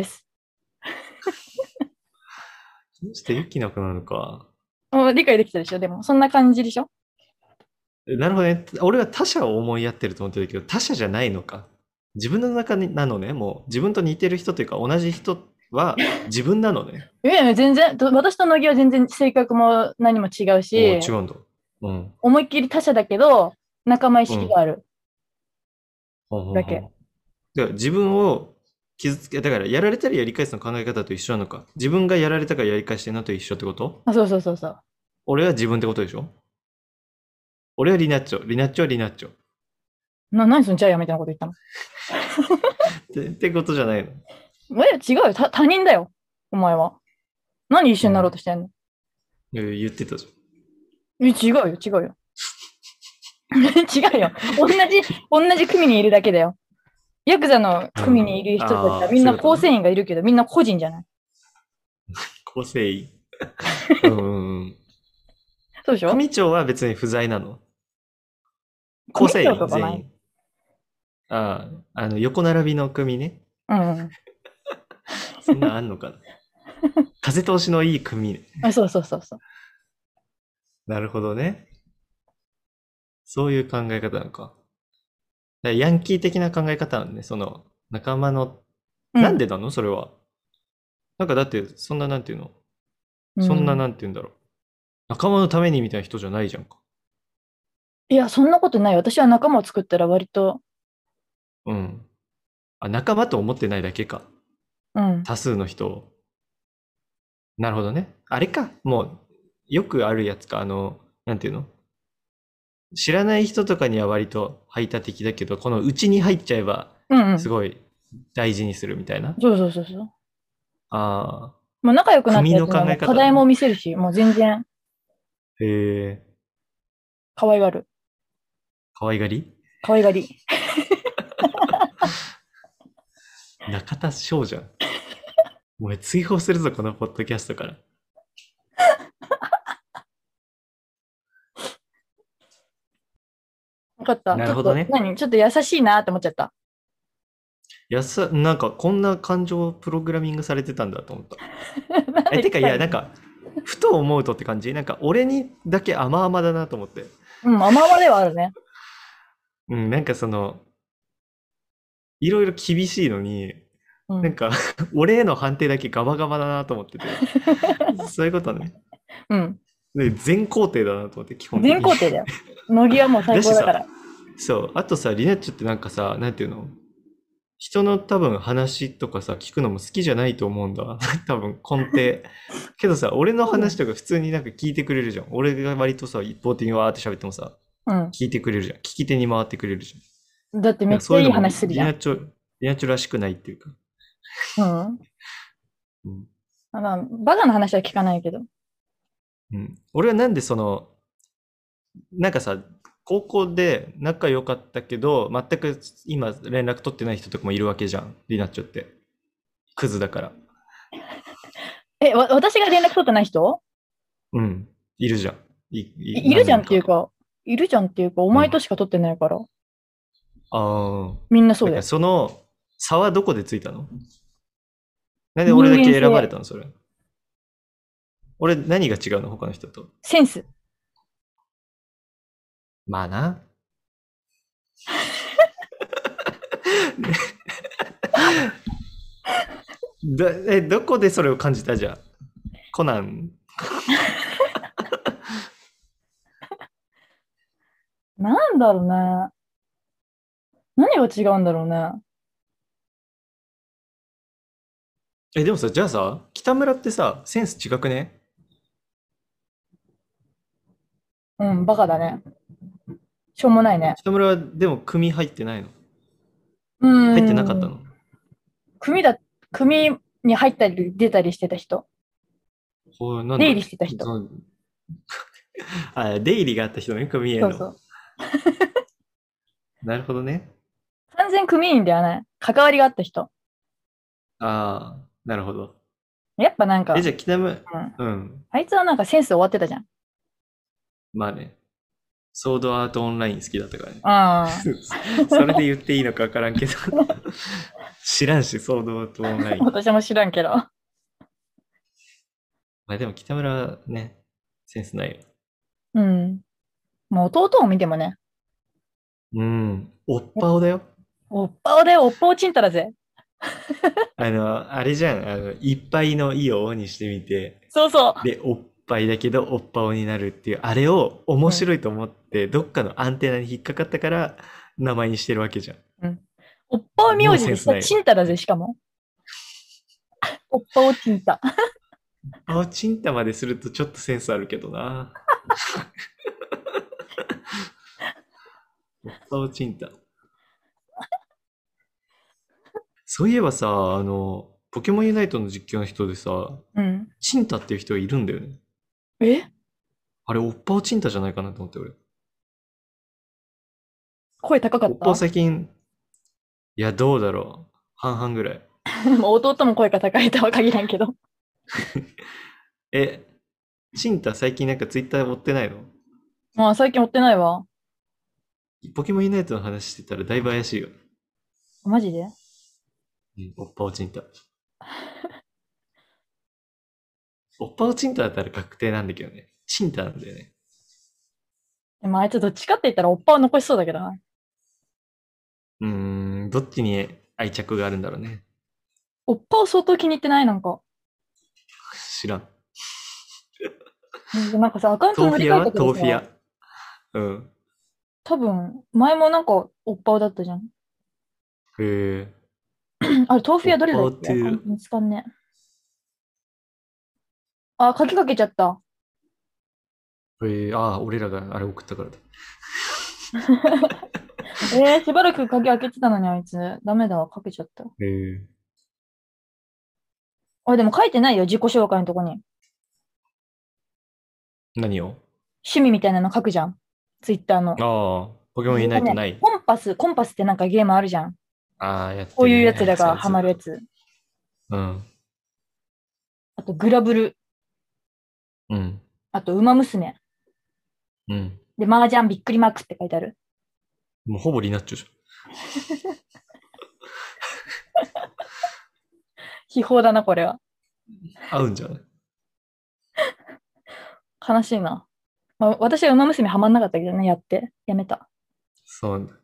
木下ゆきな子なのか。 もう理解できたでしょ？でも、そんな感じでしょ？ なるほどね。俺は他者を思いやってると思ってるけど、他者じゃないのか。自分の中になのね。もう自分と似てる人というか同じ人は自分なのね。 全然、私と乃木は全然性格も何も違うおお、 し、 違うんだ。うん。 思いっきり他者だけど、仲間意うん。 識があるほんほんだけ。 ほん。だから自分を傷つけ、だからやられたらやり返すの考え方と一緒なのか。自分がやられたからやり返してるのと一緒ってこと？ あ、そうそうそうそう。 俺は自分ってことでしょ？俺はリナッチョ。リナッチョはリナッチョ。 何そのジャイアンみたいなこと言ったの？ ってことじゃないの？ 違うよ。他人だよ。お前は。何一緒になろううん。 としてんの？ 言ってたじ違うよ、違うよ。違うよ。同じ組にいるだけだよ。ヤクザのゃん。うん。 組にいる人たちはああ、 みんそういうことね。 な構成員がいるけど、みんな個人じゃない。 構成員。うんうんうん。 そうでしょ？ 組長は別に不在なの？構組成長とかない。 員全員。ああ、横並びの組ね。 うん。 そんなんあんのかな。風通しのいい組ね。 そうそうそうそう。 なるほどね。そういう考え方なのか。だからヤンキー的な考え方なのね。その、仲間の、 うん。 なんでなのそれは。なんかだって、そんななんていうの、そんなうん。 なんていうんだろう。仲間のためにみたいな人じゃないじゃんか。 いや、そんなことない。私は仲間を作ったら割と、 うん。あ、仲間と思ってないだけか。 うん。 多数の人を。なるほどね。あれか。もう、よくあるやつか。なんていうの、知らない人とかには割と排他的だけど、この内に入っちゃえば、 うんうん。 すごい大事にするみたいな。 そうそうそうそう。 ああ、 もう仲良くなっ組の考たやつにはもう課題もえ方ね。 見せるし、もう全然へえ、 可愛がる。 可愛がり可愛がり。 中田翔じゃん。お前追放するぞ、このポッドキャストから。 分かった。 なるほどね。 ちょっと優しいなって思っちゃった。 なんかこんな感情プログラミングされてたんだと思った。 なんでてかいや、 理解できる？ なんか、ふと思うとって感じ。なんか俺にだけ甘々だなと思って。 うん、甘々ではあるね。 うん、なんかいろいろ厳しいのに、 うん。 なんか俺への判定だけガバガバだなと思ってて。そういうことね。 うん。 で、全肯定だなと思って、基本的全に。 肯定だよ。乃木はもう最だしさ、 高だから。 そう、あとさ、リナッチョってなんかさ、なんていうの、人の多分話とかさ、聞くのも好きじゃないと思うんだ。多分根底。けどさ、俺のそうだよ。 話とか普通になんか聞いてくれるじゃん。俺が割とさ、一方的にわーって喋ってもさ、 う聞いてくれるじゃん。聞き手に回ってくれるじゃん。 ん。だってめなんかっちゃいいそういうのも話するじゃん。 リナッチョらしくないっていうか。 うん。 うん。 バカな話は聞かないけど。 うん。俺はなんでなんかさ、高校で仲良かったけど、全く今連絡取ってない人とかもいるわけじゃん。リナッチョって。クズだから。 私が連絡取ってない人？ うん。いるじゃん。 いるじゃん何人か。 っていうか、おうん。 前としか取ってないから。 ああ。 みんなそうだからだよ。 差はどこでついたの？なんで俺だけ選ばれたのそれ。俺何が違うの他の人と。 センス。 まあな。どこでそれを感じたじゃん。コナン。 なんだろうね。何が違うんだろうね。 でもさ、じゃあさ、北村ってさ、センス違くね？ うん、バカだね。しょうもないね。 北村はでも組入ってないの？ う入ってなかったん。 の？ 組だ、組に入ったり出たりしてた人。 なんで？ 出入りしてた人。 出入りがあった人ね、組への。 そうそう。 なるほどね。 完全組員ではない。関わりがあった人。 ああ、なるほど。 やっぱなんか、 じゃあ北村、 うん、 うん。 あいつはなんかセンス終わってたじゃん。 まあね、ソードアートオンライン好きだったからね。 あそれで言っていいのか分からんけど知らんし、ソードアートオンライあ、 ン。 私も知らんけど。 まあでも北村はね、センスないよ。 うん。もう弟を見てもね、 うん。おっぱおだよ。 おっぱおでおっぱおちんたらぜ。 あれじゃん。いっぱいのいをおにしてみて、 そうそで、おっぱいだけどおっぱおになるっていう、あれを面う。うん。 白いと思って、どっかのアンテナに引っかかったから、名前にしてるわけじゃん。 うん。おっぱおもう名字でさ、 センスないよ。 ちんたらぜ、しかも。おっぱおちんた。 チンタまでするとちょっとセンスあるけどな。おっぱおチンタ。そういえばさ、ポケモンユナイトの実況の人でさ、 うん。 チンタっていう人がいるんだよね。 えあれ、おっぱおチンタじゃないかなと思って俺。 声高かおっぱおった？ 最近、いや、どうだろう。半々ぐらい。 もう弟も声が高いとは限らんけど。 え、チンタ最近なんかツイッター追ってないの？ まあ最近追ってないわ。 ポケモンユナイトの話してたらだいぶ怪しいよ。 マジで？ うん、おっぱおチンタ。おっぱおチンタだったら確定なんだけどね。チンタなんだよね。 でもあいつどっちかって言ったらおっぱを残しそうだけどな。 どっちに愛着があるんだろうね。 おっぱを相当気に入ってないなんか。 知らん。 なんかさ、アカウント乗りトーフィアは換えたけどさ、 トーフィア。うん。 多分、前もなんかおっぱおだったじゃん。 へえ。 あれ、豆腐おっ屋どれぱおだっけ？ トゥー。 見つかんね。あ、書きかけちゃった。 俺らがあれ送ったからだ。 しばらく鍵開けてたのにあいつ。ダメだわ、かけちゃった。 へえ。 あ、でも書いてないよ、自己紹介のとこに。 何を？ 趣味みたいなの書くじゃん。ツイッターの。 ポケモンユナイトない？ コンパスってなんかゲームあるじゃん。 やってこういうやるね。 つらがハマるやつ。 うん。 あと、グラブル。 うん。 あと、ウマ娘。 うん。 で、麻雀びっくりマークって書いてある。 もうほぼリナッチョじ秘宝だな、これは。 ゃん。合うんじゃない？ 悲しいな。まあ、私はウマ娘ハマんなかったけどね、やって。やめた。 そうなんだ。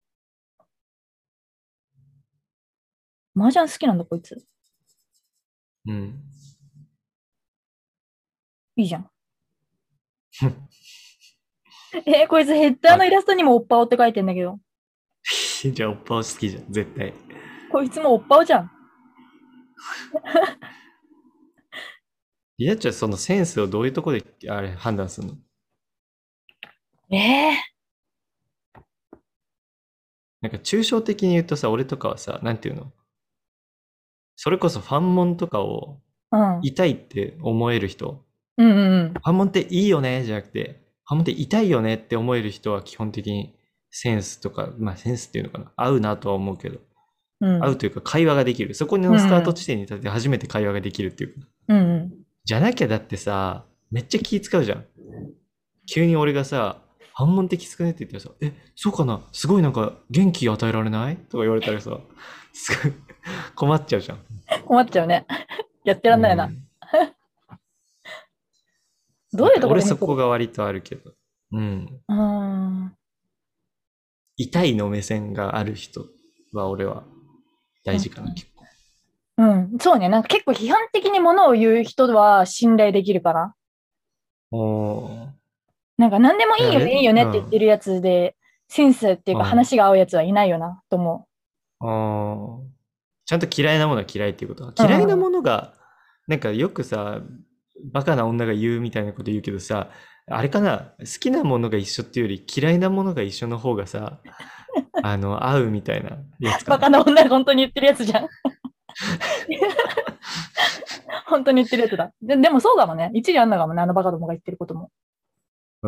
麻雀好きなんだ、こいつ。 うん。 いいじゃん。こいつヘッダーのイラストにもおっぱおって書いてんだけど。 じゃあ、おっぱお好きじゃん、絶対。 こいつもおっぱおじゃん。 リナッチョはそのセンスをどういうところで、判断するの？ ええなんか抽象的に言うとさ、俺とかはさ、なんていうの？それこそファンモンとかをうん。 痛いって思える人。 うんうんうん。 ファンモンっていいよねじゃなくて、ファンモンって痛いよねって思える人は基本的にセンスとか、まあセンスっていうのかな。合うなとは思うけど、 うん合うというか会話ができる。そこのスタート地点に立って初めて会話ができるっていうか。 うんうん。 じゃなきゃだってさ、めっちゃ気使うじゃん。急に俺がさ、 反問的少ないって言ったらさ、そうかな、すごいなんか元気与えられないとか言われたらさ、すごい困っちゃうじゃん。 困っちゃうね。やってらんないな。 うん。 どういうところ俺で見せる？ そこが割とあるけど。うん。 うーん。 痛いの目線がある人は俺は大事かな、結構。 うん、そうね。なんか結構批判的にものを言う人は信頼できるかな。 おー。 なんか何でもいいよね、いいよねって言ってうん。 るやつで、センスっていうかうん。 話が合うやつはいないよな、と思あー。ちゃんと嫌いなものは嫌いっていうことは。 う。う嫌いなん。 ものが、なんかよくさ、バカな女が言うみたいなこと言うけどさ、あれかな、好きなものが一緒っていうより嫌いなものが一緒の方がさ、合うみたいなやつかな。 バカな女が本当に言ってるやつじゃん。本当に言ってるやつだ。でもそうかもね。一理あんのかもね、あのバカどもが言ってることも。 うん。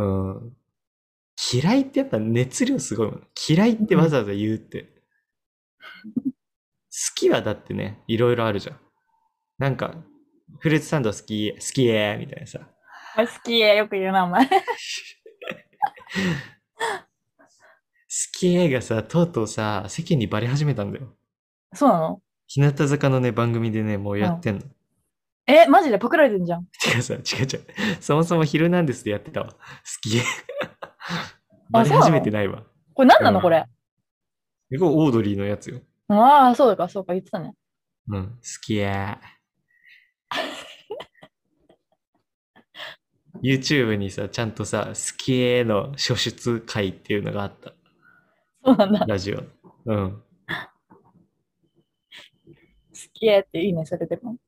嫌いってやっぱ熱量すごいもん。嫌いってうん。 わざわざ言うって。好きはだってね、いろいろあるじゃん。なんか、フルーツサンド好き、好きみたいなさ。 好きや、よく言うな、お前。 好きがさ、とうとうさ、世間にバレ始めたんだよ。 そうなの？ 日向坂のね、番組でね、もううん。 やってんの。 マジでパクられてんじゃん。 てかさ、違う違う。そもそもヒルナンデスでやってたわ。好き。バあ、 レ始めてそうなの？ ないわ。 これ何うん。 なのこれ？ これオードリーのやつよ。 ああ、そうか、そうか、言ってたね。 うん。好きや。YouTube にさ、ちゃんとさ、好きの初出会っていうのがあった。 そうなんだ。 ラジオ。うん。 好きやっていいね、それでも。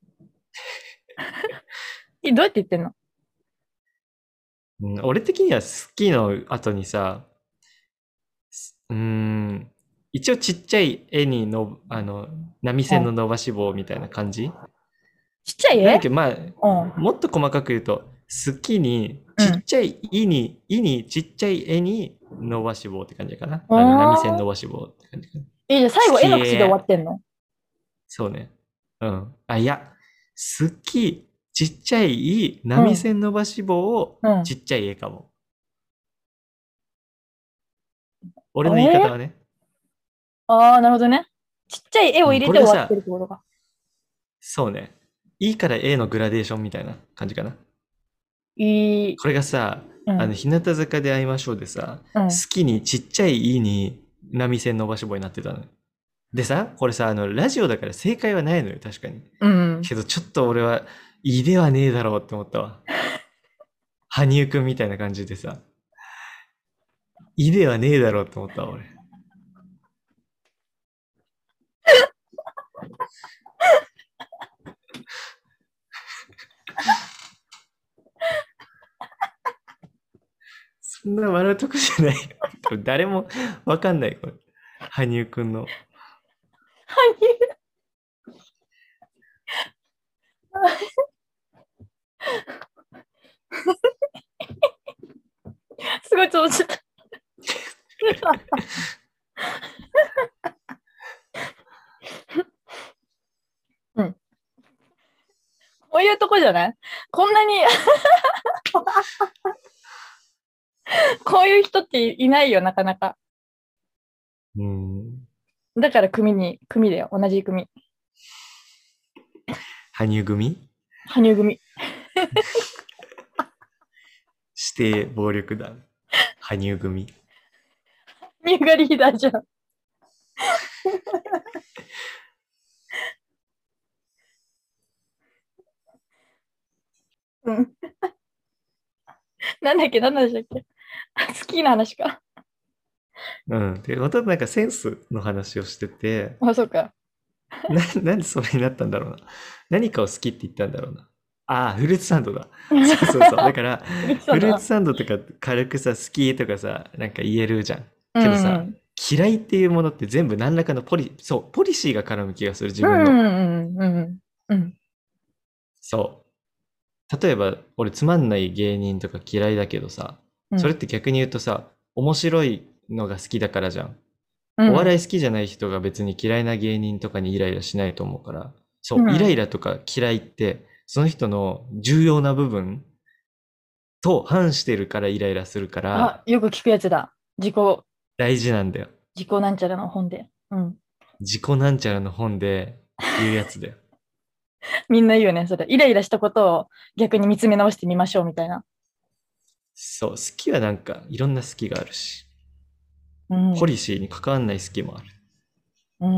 どうやって言ってんの？ うん、俺的には好きの後にさ、うーん、一応ちっちゃい絵にの、波うん。 線の伸ばし棒みたいな感じちっちゃい絵？ なんだけど、まあ、 うん。 もっと細かく言うと、好きに、 うん。 ちっちゃいいにちっちゃい絵に伸ばし棒って感じかな。 あ波線伸あ。 ばし棒って感じかな。好じゃあ最後、絵きの口で終わっ絵。 てんの？ そうね。うん。あ、いや、好き、ちっちゃい波うん。 線伸ばし棒をうん。 ちっちゃい絵かも。俺の言い方はえね。 ああー、なるほどね。ちっちゃい絵をうん、 入れて終わってこれがさ、 るってことか。 そうね。いいから A のグラデーションみたいな感じかな。 いい。 これがさ、 うん。 日向坂で会いましょうでさ、 うん。 好きにちっちゃい E に波線伸ばし棒になってたのよ。でさ、これさ、ラジオだから正解はないのよ、確かに。 うん。 けどちょっと俺は、E ではねえだろうって思ったわ。羽生くんみたいな感じでさ、E ではねえだろうって思ったわ、俺。そんな笑うとこじゃないよ。多分誰もわかんない、これ。羽生くんの。 すごい調子。うん。こういうとこじゃない？こんなにこういう人っていないよ、なかなか。 うん。 だから組だよ。同じ組。 羽生組羽生組。 指定暴力団。羽生組。 羽生がリーダーじゃん。うん。なんだっけ、なんでしたっけ。好きな話か。 うん。で、またなんかセンスの話をしてて、 あ、そうか。 なんでそれになったんだろうな。何かを好きって言ったんだろうな。ああ、フルーツサンドだ。そうそうそう。だから、 うるさいフルーツな。 サンドとか軽くさ、好きとかさ、なんか言えるじゃん。 うけどさ、 ん。 嫌いっていうものって全部何らかのそう、ポリシーが絡む気がする、自う分の。 ん。うん。うん。 そう。例えば、俺つまんない芸人とか嫌いだけどさ、 うん。 それって逆に言うとさ、面白いのが好きだからじゃん。お笑うん。 い好きじゃない人が別に嫌いな芸人とかにイライラしないと思うから、そう、イライうん。 ラとか嫌いって、その人の重要な部分と反してるからイライラするかあ、 らよく聞くやつだ。 大事なんだよ。 自己なんちゃらの本で。うん。 自己なんちゃらの本で言うやつだよ。 みんな言うよね、それ。イライラしたことを逆に見つめ直してみましょうみたいな。 そう、好きはなんかいろんな好きがあるし、 うん。 ポリシーに関わんない好きもある。 うん。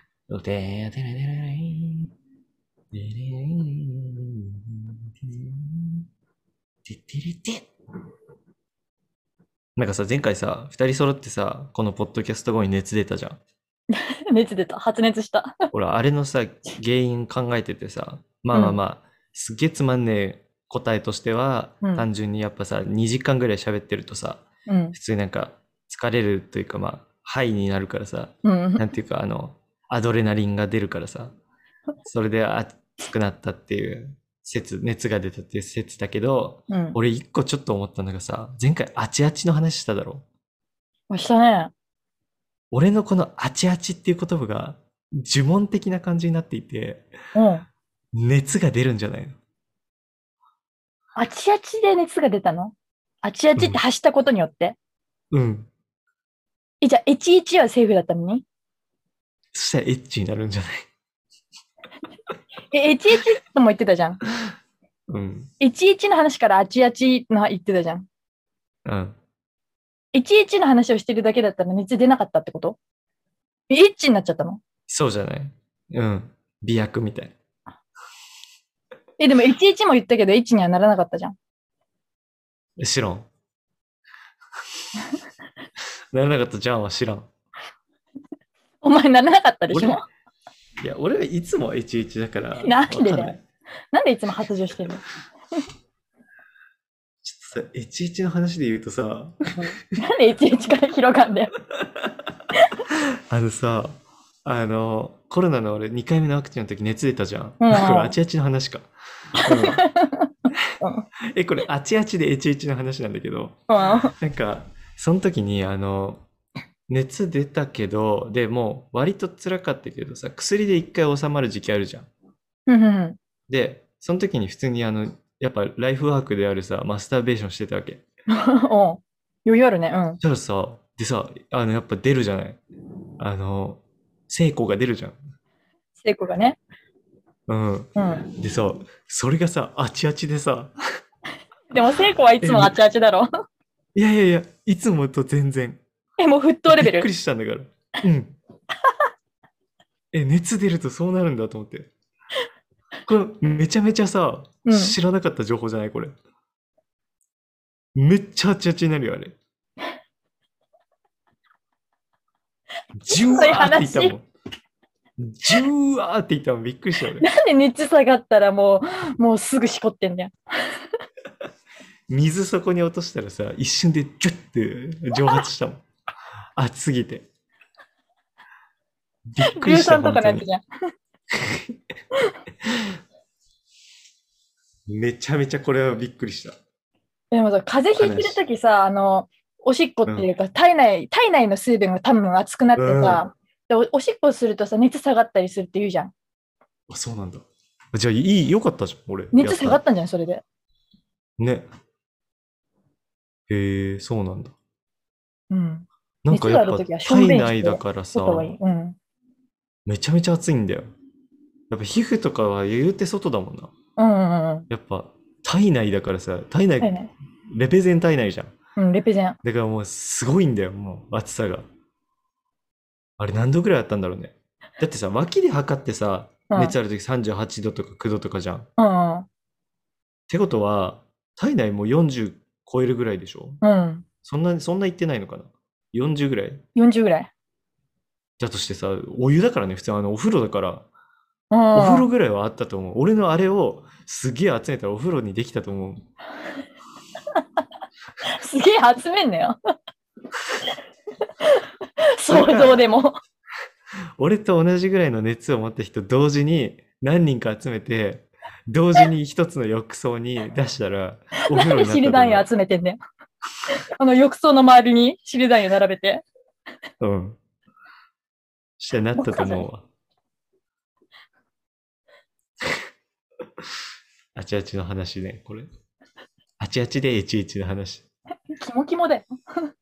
なんかさ、前回さ、二人揃ってさ、このポッドキャスト後に熱出たじゃん。 熱出た。発熱した。 俺、あれのさ、原因考えててさ、まうん。 あまあまあ、すっげえつまんねえ答えとしては、 うん。 単純にやっぱさ、2時間ぐらい喋ってるとさ、 うん。 普通になんか疲れるというかまあ、ハイになるからさ、 うん。 なんていうかアドレナリンが出るからさ、それで熱くなったっていう説、熱が出たっていう説だけど、 うん。 俺一個ちょっと思ったのがさ、前回あちあちの話しただろ。 したね。 俺のこのあちあちっていう言葉が呪文的な感じになっていて、 うん。 熱が出るんじゃないの？ あちあちで熱が出たの？あちあちってうん。 発したことによって。 うん。 じゃあ、11はセーフだったのにそしたらエッチになるんじゃない？ 11とも言ってたじゃん。 うん。 11の話からあちあちの言ってたじゃん。 うん。 11の話をしてるだけだったら熱出なかったってこと？エッチになっちゃったの？ そうじゃない？うん。美薬みたい。 でも11も言ったけど、エッチにはならなかったじゃん。 知らん。ならなかったじゃんは知らん。 お前ならなかったでしょ？ いや、俺はいつも H1 だから、 なんでだよわかんない。 なんでいつも発情してるの？ ちょっとさ、H1 の話で言うとさ、 なんで11から広がんだよ。 あのさ、コロナの俺2回目のワクチンの時熱出たじゃん。 うんこれあちあちの話か。 うんこれあちあちで H1 の話なんだけど、 うんなんか、その時に熱出たけど、でもう割と辛かったけどさ、薬で一回収まる時期あるじゃん。 うんうんで、その時に普通にやっぱライフワークであるさ、マスターベーションしてたわけ。 余裕あるね。うん。 そしたらさ、でさ、やっぱ出るじゃない。成功が出るじゃん。 聖子がね。 うん。 うん。 でさ、それがさ、あちあちでさ、 でも聖子はいつもあちあちだろ。 いやいやいや、いつもと全然。 もう沸騰レベル。 びっくりしたんだから。うん。熱出るとそうなるんだと思って。これ、めちゃめちゃさ、 うん。 知らなかった情報じゃないこれ。めっちゃあちあちになるよ、あれ。ジュそういうワーって言った話。 もん。ジュワーって言ったもん。びっくりした俺。 なんで熱下がったらもうすぐしこってんだよ。 水底に落としたらさ、一瞬でジュッて蒸発したもん。熱すぎて。びっくりした、 硫酸と本当に。 かのやつじゃん。 めちゃめちゃこれはびっくりした。 でもさ、風邪ひいてるときさ、おしっこっていうか、体内の水分が多分熱くなってさ、でおしっこするとさ、熱下がったりするって言うじゃん。 あ、そうなんだ。じゃあ、よかったじゃん、俺。 熱下がやったんじゃん、それで。 ね。へえ、そうなんだ。 うん。 なんか熱やっぱがあるときはしょん体べんして内だからさ、 外がいい。うん。 めちゃめちゃ暑いんだよ。やっぱ皮膚とかは言うて外だもんな。 うんうんうん。 やっぱ体内だからさ、体内、 はいね。 レペゼン体内じゃん。 うん、レペゼン。 だからもうすごいんだよ、もう暑さが。あれ何度ぐらいあったんだろうね。だってさ、脇で測ってさ、 うん。 熱あるとき38度とか9度とかじゃん。っうんてことは、体内もう40超えるぐらいでしょ？ うん。うん。 そんな言ってないのかな？ 40 ぐらい 40ぐらい。 だとしてさ、お湯だからね、普通お風呂だから、 うお風呂ん。 ぐらいはあったと思う。俺のあれをすげえ集めたらお風呂にできたと思う。 すげえ集めんなよ。想像でも。 俺と同じぐらいの熱を持った人同時に何人か集めて、同時に一つの浴槽に出したら、お風呂になったなんでシルと思う。 ダンヤ集めてんだよ。浴槽の周りにシルダンヤ並べて。 うん。したらなったと思うわ。あちあちの話ね、これ。 あちあちで11の話。 キモキモだよ。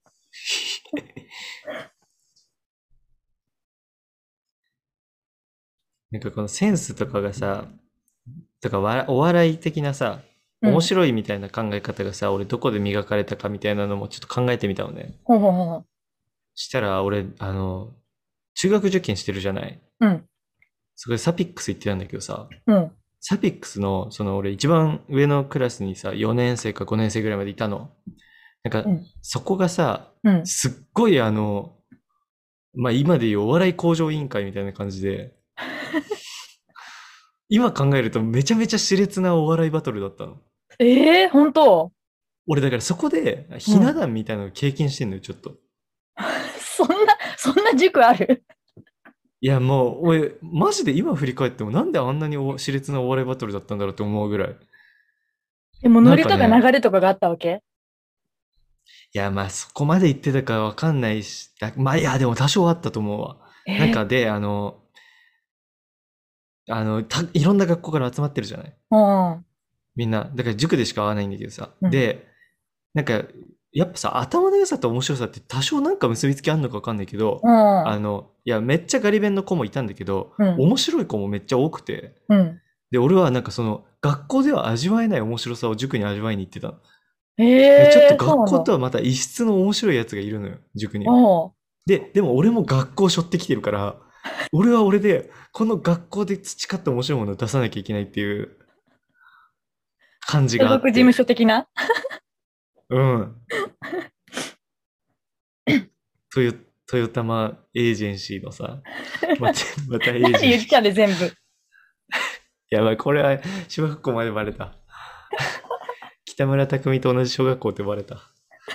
なんかこのセンスとかがさ、とかお笑い的なさ、面うん。 白いみたいな考え方がさ、俺どこで磨かれたかみたいなのもちょっと考えてみたのね。 ほうほうほうほう。 したら俺、中学受験してるじゃない。 うん。 そこでサピックス行ってたんだけどさ、 うん。 サピックスの、その俺一番上のクラスにさ、4年生か5年生ぐらいまでいたの。なんか、 うん。 そこがさ、 うん。 すっごいまあ、今でいうお笑い向上委員会みたいな感じで、今考えるとめちゃめちゃ熾烈なお笑いバトルだったの。 本当？ 俺だからそこで、ひなうん。 壇みたいなのを経験してんのよ、ちょっと。 そんな塾ある？ いや、もう、俺、マジで今振り返ってもなんであんなに熾烈なお笑いバトルだったんだろうって思うぐらい。 でもノリとかなんかね、 流れとかがあったわけ？ いや、まあそこまで言ってたかわかんないし、まあいや、でも多少あったと思うわ。なんえかで、いろんな学校から集まってるじゃない。 うん。 みんな。だから塾でしか会わないんだけどさ。 うん。 で、なんか、やっぱさ、頭の良さと面白さって多少なんか結びつきあんのかわかんないけど、 うん。 いや、めっちゃガリ勉の子もいたんだけど、 うん。 面白い子もめっちゃ多くて、 うん。 で、俺はなんかその、学校では味わえない面白さを塾に味わいに行ってたの。で、ちょっと学そうなんだ。 校とはまた異質の面白いやつがいるのよ、塾には。 おう。 でも俺も学校を背負ってきてるから、俺は俺で、この学校で培った面白いものを出さなきゃいけないっていう感じ所があ属事務って、 所的な？ うん。トヨ、トヨタマエージェンシーのさ、また、またエージェンシー。 何言っちゃうで全部。 やばい、これは小学校までバレた。北村匠海と同じ小学校ってバレた。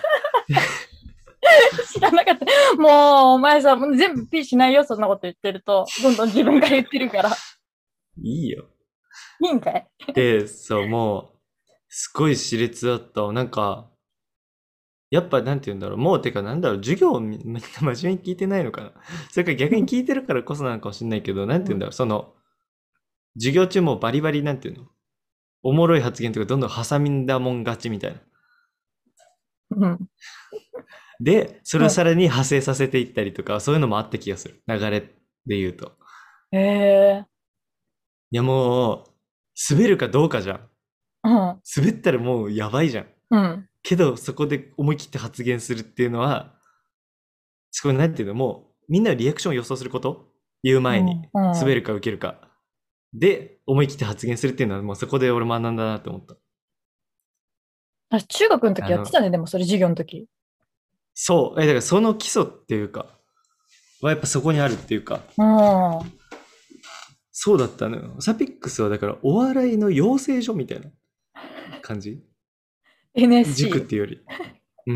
知らなかった。もう、お前さ、もう全部ピーしないよ、そんなこと言ってると。どんどん自分が言ってるから。 いいよ。 いいんかい？ で、そう、もう、すごい熾烈だったわ。なんか、やっぱなんて言うんだろう。もうてかなんだろう。授業をみんな真面目に聞いてないのかな。それから逆に聞いてるからこそなのかもしれないけど、なんてうん。 言うんだろう。その、授業中もバリバリなんて言うの。おもろい発言とかどんどん挟みだもん勝ちみたいな。 うん。 で、それうん。 をさらに派生させていったりとか、そういうのもあった気がする。流れで言うと。 えいやもう、滑るかどうかじゃん。 うん。 滑ったらもうやばいじゃん。 うん。 けど、そこで思い切って発言するっていうのは、そこなんていうの、もう、みんなのリアクションを予想すること言う前に、 うん。うん。 滑るか受けるか。で、思い切って発言するっていうのは、もうそこで俺学んだなって思った。 私、中学の時あの、 やってたね、でもそれ授業の時。 そう、だからその基礎っていうか、はやっぱそこにあるっていうか、 うん。 そうだったのよ。サピックスはだからお笑いの養成所みたいな感じ。塾っ NSC。 ていうより。うん。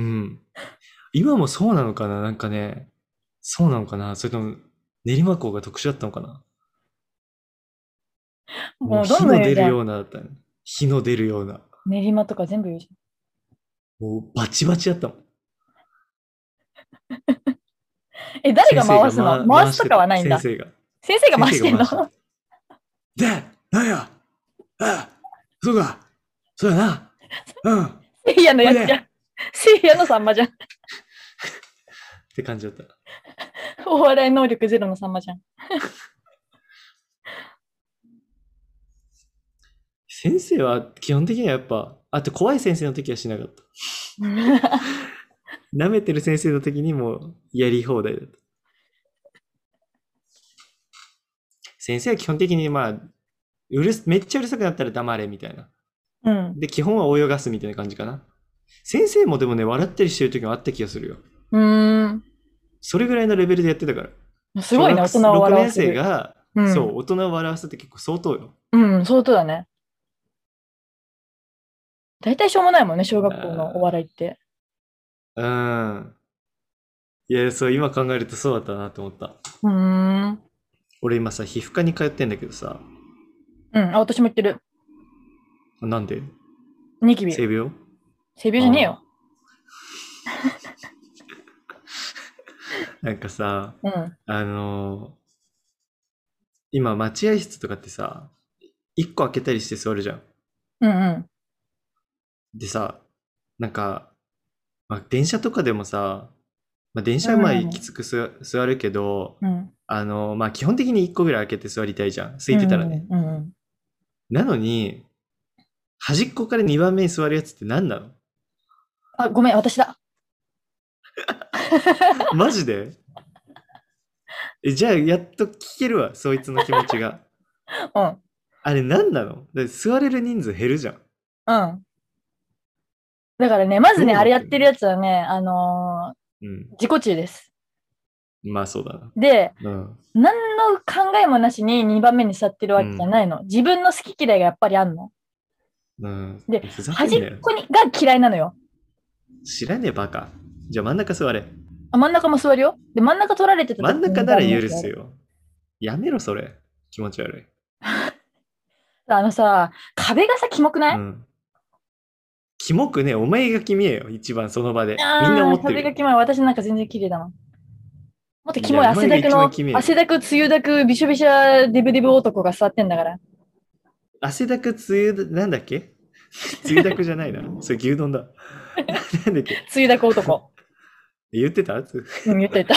今もそうなのかな、なんかね、そうなのかな、それとも練馬校が特殊だったのかな。もうもうどん火の出るどん言うじゃん。 ようなだったね。火の出るような。 練馬とか全部言うじもうバチバチだったもん。 ゃん。誰が先生が、 回すの？回すとか回してた。 はないんだ。 先生が。 先生が先回してんの？ 生が回してた。で、なんやあ、そうか。そうやな。うん。 せいやのおいでやつじゃん。せいやのさんまじゃん。 って感じだった。 お笑い能力ゼロのさんまじゃん。 先生は基本的にはやっぱ、あと怖い先生の時はしなかった。舐めてる先生の時にもやり放題だった。先生は基本的にまあ、めっちゃうるさくなったら黙れみたいな。 うん。 で、基本は泳がすみたいな感じかな。先生もでもね、笑ったりしてる時もあった気がするよ。 うーん。 それぐらいのレベルでやってたから。小学すごいね、大人を 6年笑わせる。 生が、そう、 うん。 大人を笑わせて結構相当よ。 うん、相当だね。大体しょうもないもんね、小学校のおあ笑いって。 ーうん。いや、そう、今考えるとそうだったなと思った。 うーん。 俺今さ、皮膚科に通ってんだけどさ、 うん、私も言ってる。 なんでニキビ。 性病性病じゃねえよ。 ああ。なんかさ、 うん。 今待合室とかってさ、一個開けたりして座るじゃん。 うんうん。 でさ、なんか、まあ、電車とかでもさ、まあ、電う車はまあきん。 つく座るけど、 うん。 まあ基本的に1個ぐらい開けて座りたいじゃん。空ういてたらね。 ん。うん。 なのに、端っこから2番目に座るやつって何なの？ あ、ごめん、私だ。 マジで？じゃあやっと聞けるわ、そいつの気持ちが。 うん。 あれ何なの？だって座れる人数減るじゃん。 うん。だからね、まずね、あれやっどうなってんの？ てるやつはね、 うん。 自己中です。 まあそうだな。 で、 うん。 何の考えもなしに2番目に座ってるわけじゃうん。 ないの。自分の好き嫌いがやっぱりあるの。 うん。 で、 ふざけ端っんなよ。 こが嫌いなのよ。 知らねえバカ。じゃあ真ん中座れ。 あ、真ん中も座るよ。で、真ん中取られてた真時にん中なら 2番目に座る。 許すよ。やめろそれ。気持ち悪い。 あのさ、壁がさ、キモくない？ うん。キモくねえ。お前がキメえよ。一番その場で。みんなあー、 思ってるよ。 壁がキモい。私なんか全然綺麗だな。もっとキいや、 モいお前が一番汗だくの、 キメえよ。 汗だく、梅雨だく、びしょびしょデブデブ男が座ってんだから。 汗だくつゆだ、なんだっけ？つゆだくじゃないな。それ牛丼だ。なんだっけ？ 梅雨だく男。 言ってた？ うん、言ってた。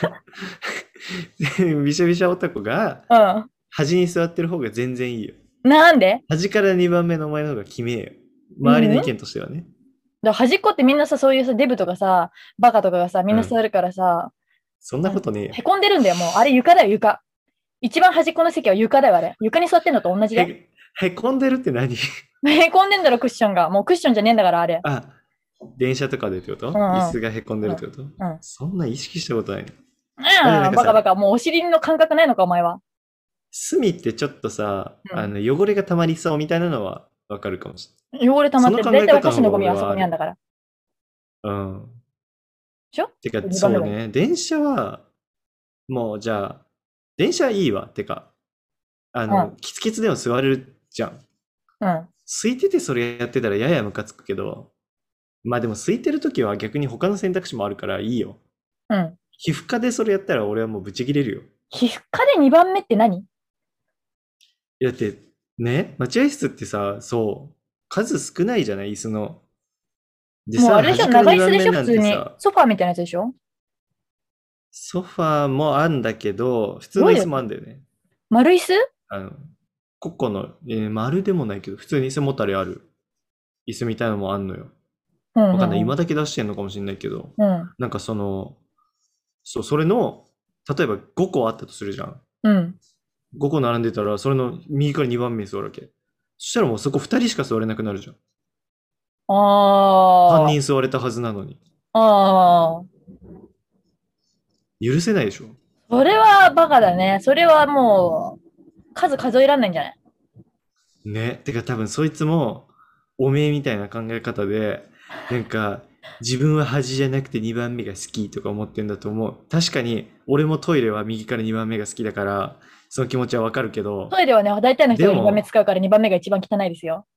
びしょびしょ男がう端に座ってる方が全然いいよ。 ん。なんで？ 端から2番目のお前の方がキメえよ。 うん。 周りの意見としてはね。 端っこってみんなさ、そういうさ、デブとかさ、バカとかがさ、みうん。 んな座るからさ、 そんなことねえよ。 へこんでるんだよ、もう。あれ床だよ、床。一番端っこの席は床だよ、あれ。床に座ってんのと同じだよ。 へこんでるって何？ へこんでんだろ、クッションが。もうクッションじゃねえんだから、あれ。 あ、電車とかでってこうと？椅んうん。 子がへこんでうん。 るってこと？ うん。 そんな意識したことないの。なんうん、 かさ、 バカバカ。もうお尻の感覚ないのか、お前は。 隅ってちょっとさ、 うん。 汚れが溜まりそうみたいなのはわかるかもしれない。 汚れ溜まってる。 その考だいたいおえ方の方が菓子のゴミはあそ俺はある。 こにあんだから。 うん。 でしょ？ てか、 2 番目だよ。 そうね。電車は、もうじゃあ、電車はいいわ。てか、 うん。 キツキツでも座れるじゃん。 うん。 空いててそれやってたらややムカつくけど、まあでも空いてるときは逆に他の選択肢もあるからいいよ。 うん。 皮膚科でそれやったら俺はもうブチ切れるよ。 皮膚科で2番目って何？ だって、ね、待合室ってさ、そう、数少ないじゃない、椅子の。でさ、 もうあれでしょ？ 端から2 長椅子でしょ？ 番目なん普通に。 てさ、 ソファーみたいなやつでしょ？ ソファーもあんだけど、普通の椅子どういう、 もあんだよね。 丸椅子？ あの、個々の、丸でもないけど、普通に背もたれある椅子みたいなのもあんのよ。 うんわかんない。 うん今だけ出してんのかもしれないけど、 うん。 なんかそう、それの、例えば5個あったとするじゃん。 うん。うん。 5個並んでたら、それの右から2番目に座るわけ。そしたらもうそこ2人しか座れなくなるじゃん。3 あ人座れたはずなのに。 あ。ああ。 許せないでしょ。 それはバカだね。それはもう、数数えらんないんじゃない？ ね。てか多分そいつも、おめえみたいな考え方で、なんか、自分は端じゃなくて2番目が好きとか思ってんだと思う。確かに、俺もトイレは右から2番目が好きだから、その気持ちはわかるけど、 トイレはね、大体の人が2番目でも、 使うから2番目が一番汚いですよ。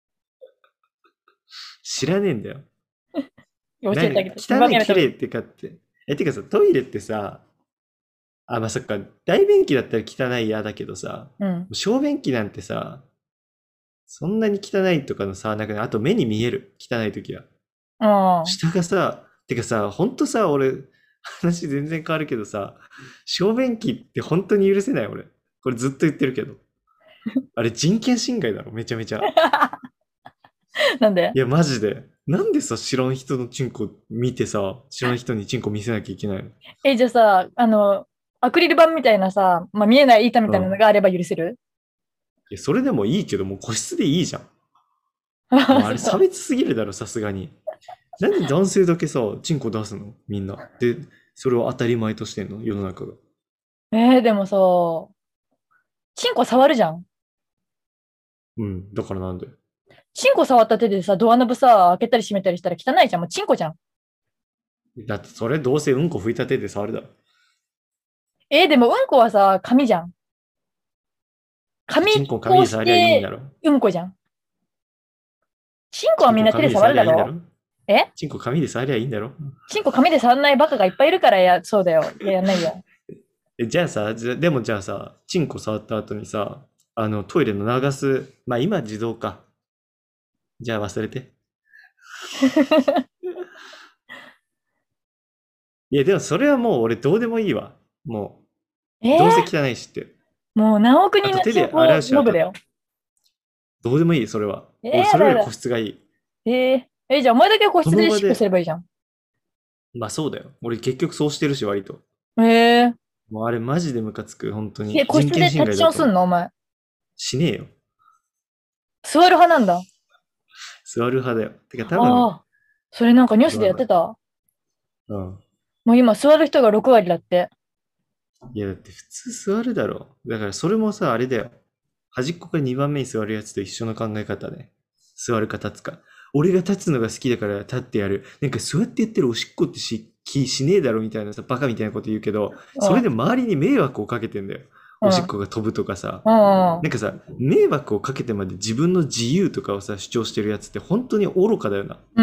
知らねえんだよ。なんか、 教えてあげて。2 汚い番目の人。 綺麗ってかって。てかさ、トイレってさ、まあそっか、大便器だったら汚い嫌だけどさ、 うん。 小便器なんてさ、そんなに汚いとかの差なくない？あと目に見える。汚い時は。 うん。 下がさ、てかさ、ほんとさ、俺、話全然変わるけどさ、小便器って本当に許せない俺。これずっと言ってるけど。あれ人権侵害だろ、めちゃめちゃ。 なんで？ いや、マジで。なんでさ、知らん人のチンコ見てさ、知らん人にチンコ見せなきゃいけないの？ じゃあさ、アクリル板みたいなさ、まあ、見えない板みたいなのうん。 があれば許せる？ いや、それでもいいけど、もう個室でいいじゃん。もうあれ差そう。 別すぎるだろ、さすがに。なんで男性だけさ、チンコ出すのみんな。で、それを当たり前としてんの世の中が。 でもさ、チンコ触るじゃん。 うん。だからなんだよ。 チンコ触った手でさ、ドアノブさ、開けたり閉めたりしたら汚いじゃん。もうチンコじゃん。 だってそれどうせうんこ拭いた手で触るだろ。 でもうんこはさ、紙じゃん。紙チンコ紙こうしで触りゃいいんだて、 ろ。 うんこじゃん。チンコはチンみんな手でコ紙で触触るだろ？ りゃいいんだろ。 えチンコ紙で触りゃいいんだろ。 チンコ紙で触らないバカがいっぱいいるからそうだよ。やんないよ。 じゃあさ、でもじゃあさ、チンコ触った後にさ、トイレの流す、まあ今自動か。じゃあ忘れて。 いや、でもそれはもう俺どうでもいいわ。もう、 えー、 どうせ汚いしって。 もう何億あと人の手で洗人口うし、 ノブだよ。 どうでもいい、それは。俺、 やそれより個だやだ。 室がいい。 じゃあお前だけ個そ室でシックすれの場で、 ばいいじゃん。 まあそうだよ。俺結局そうしてるし、割と。 えー、 もうあれマジでムカつく、本当に。 個人権室でタッチション侵害だと思う。 すんのお前。 しねえよ。 座る派なんだ。 座る派だよ。てか多分、 ああ、それなんかニュースでどうなんだろやってた。 う。うん。 もう今座る人が6割だって。 いや、だって普通座るだろ。だからそれもさ、あれだよ。端っこから2番目に座るやつと一緒の考え方ね。座るか立つか。俺が立つのが好きだから立ってやる。なんかそうやってやってるおしっこって気しねえだろみたいなさ、バカみたいなこと言うけど、それでうん、 周りに迷惑をかけてんだよ。おしっうん、 こが飛ぶとかさ。 うん。 なんかさ、迷惑をかけてまで自分の自由とかをさ、主張してるやつって本当に愚かだよな。 うん。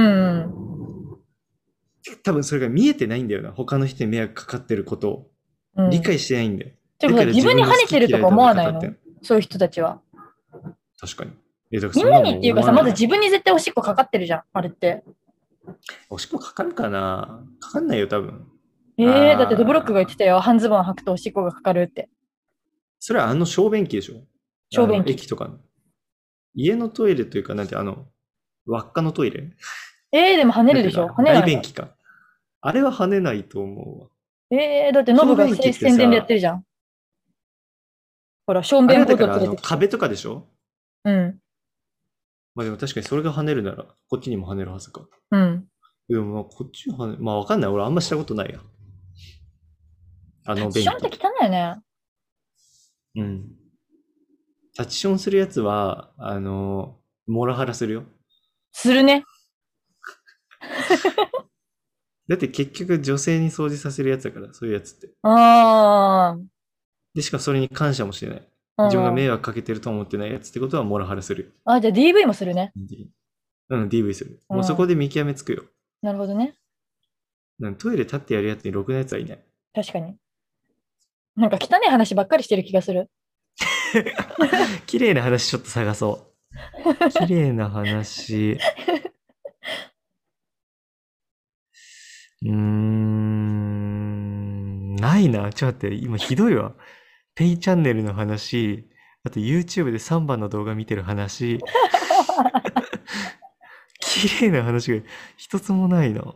多分それが見えてないんだよな。他の人に迷惑かかってることを。 うん。 理解してないんだよ。 てかさ、 だから自分に跳自分が好ねてるとかき嫌いと思わないの？ か語ってん。 そういう人たちは。 確かに。だからみんなそんなのにっていうかさ、ま思わない。 ず自分に絶対おしっこかかってるじゃん、あれって。 おしっこかかるかな、かかんないよ、多分。 だってドブロックが言ってあー、 たよ。半ズボン履くとおしっこがかかるって。 それは小便器でしょ？ 小便器。 駅とかの。家のトイレというか、なんて、輪っかのトイレでも跳ねるでしょ？ なんていうの、大跳ねないの？ 便器か。あれは跳ねないと思うわ。 だってノブが小便器って宣伝でやってさ、 るじゃん。ほら、小あれ便ボードはだから連れてきて。 壁とかでしょ？ うん、 まあでも確かにそれが跳ねるなら、こっちにも跳ねるはずか。 うん。 でもまあこっちは跳ね、まあわかんない。俺あんましたことないや。あタッの便器。 チションって汚いよね。 うん。タッチションするやつは、モラハラするよ。 するね。 だって結局女性に掃除させるやつだから、そういうやつって。 あで、しかもそれに感謝もしてない。 あ、 自分がうん。 迷惑かけてると思ってないやつってことはモラハラする。 じゃあ DV もするね。 うん、DV する。もうそこうん。 で見極めつくよ。 なるほどね。 なんトイレ立ってやるやつにろくなやつはいない。 確かに。なんか汚い話ばっかりしてる気がする。 綺麗な話ちょっと探そう。綺麗な話。ないな。ちょっと待って、今ひどいわ。ペイチャンネルの話、あと YouTube でサンバの動画見てる話、綺麗な話が一つもないな。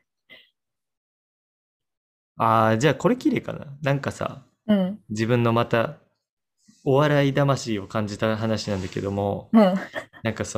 ああ、じゃあこれ綺麗かな。なんかさ、 うん。 自分のまたお笑い魂を感じた話なんだけども、 うん。 なんか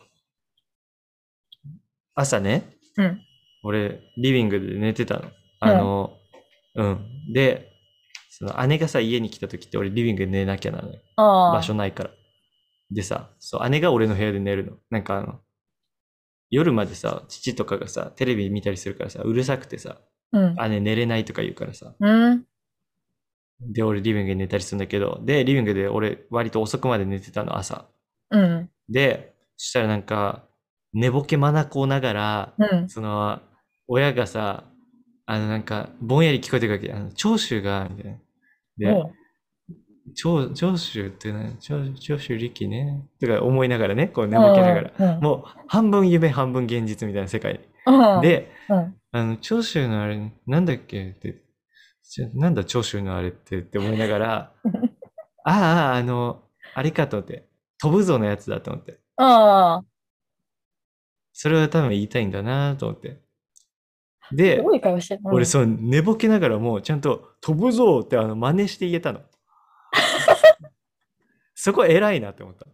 朝ね、 うん。 俺、リビングで寝てたの。 うん。 うん。で、その姉がさ、家に来た時って俺リビングで寝なきゃなのよ。場ああ。 所ないから。でさ、そう、姉が俺の部屋で寝るの。なんか夜までさ、父とかがさ、テレビ見たりするからさ、うるさくてさ、 うん。 姉寝れないとか言うからさ。 うん。 で、俺リビングで寝たりするんだけど、で、リビングで俺割と遅くまで寝てたの、朝。 うん。 で、そしたらなんか、寝ぼけ眼ながら、 うん。 親がさ、なんか、ぼんやり聞こえてくるわけ。長州が、みたいな。で、 おう。 長州って長州力ね。とか思いながらね、こう寝うぼけながら。 ん。うん。 もう、半分夢、半分現実みたいな世界。 うん。 で、 うん。 長州のあれ、なんだっけって、なんだ長州のあれって思いながら、ああ、あれかと思って、飛ぶぞのやつだと思って。 ああ。 それは多分言いたいんだなと思って。 すごで、 い会話してる。うん。 俺寝ぼけながらもちゃんと飛ぶぞって真似して言えたの。そこ偉いなって思った。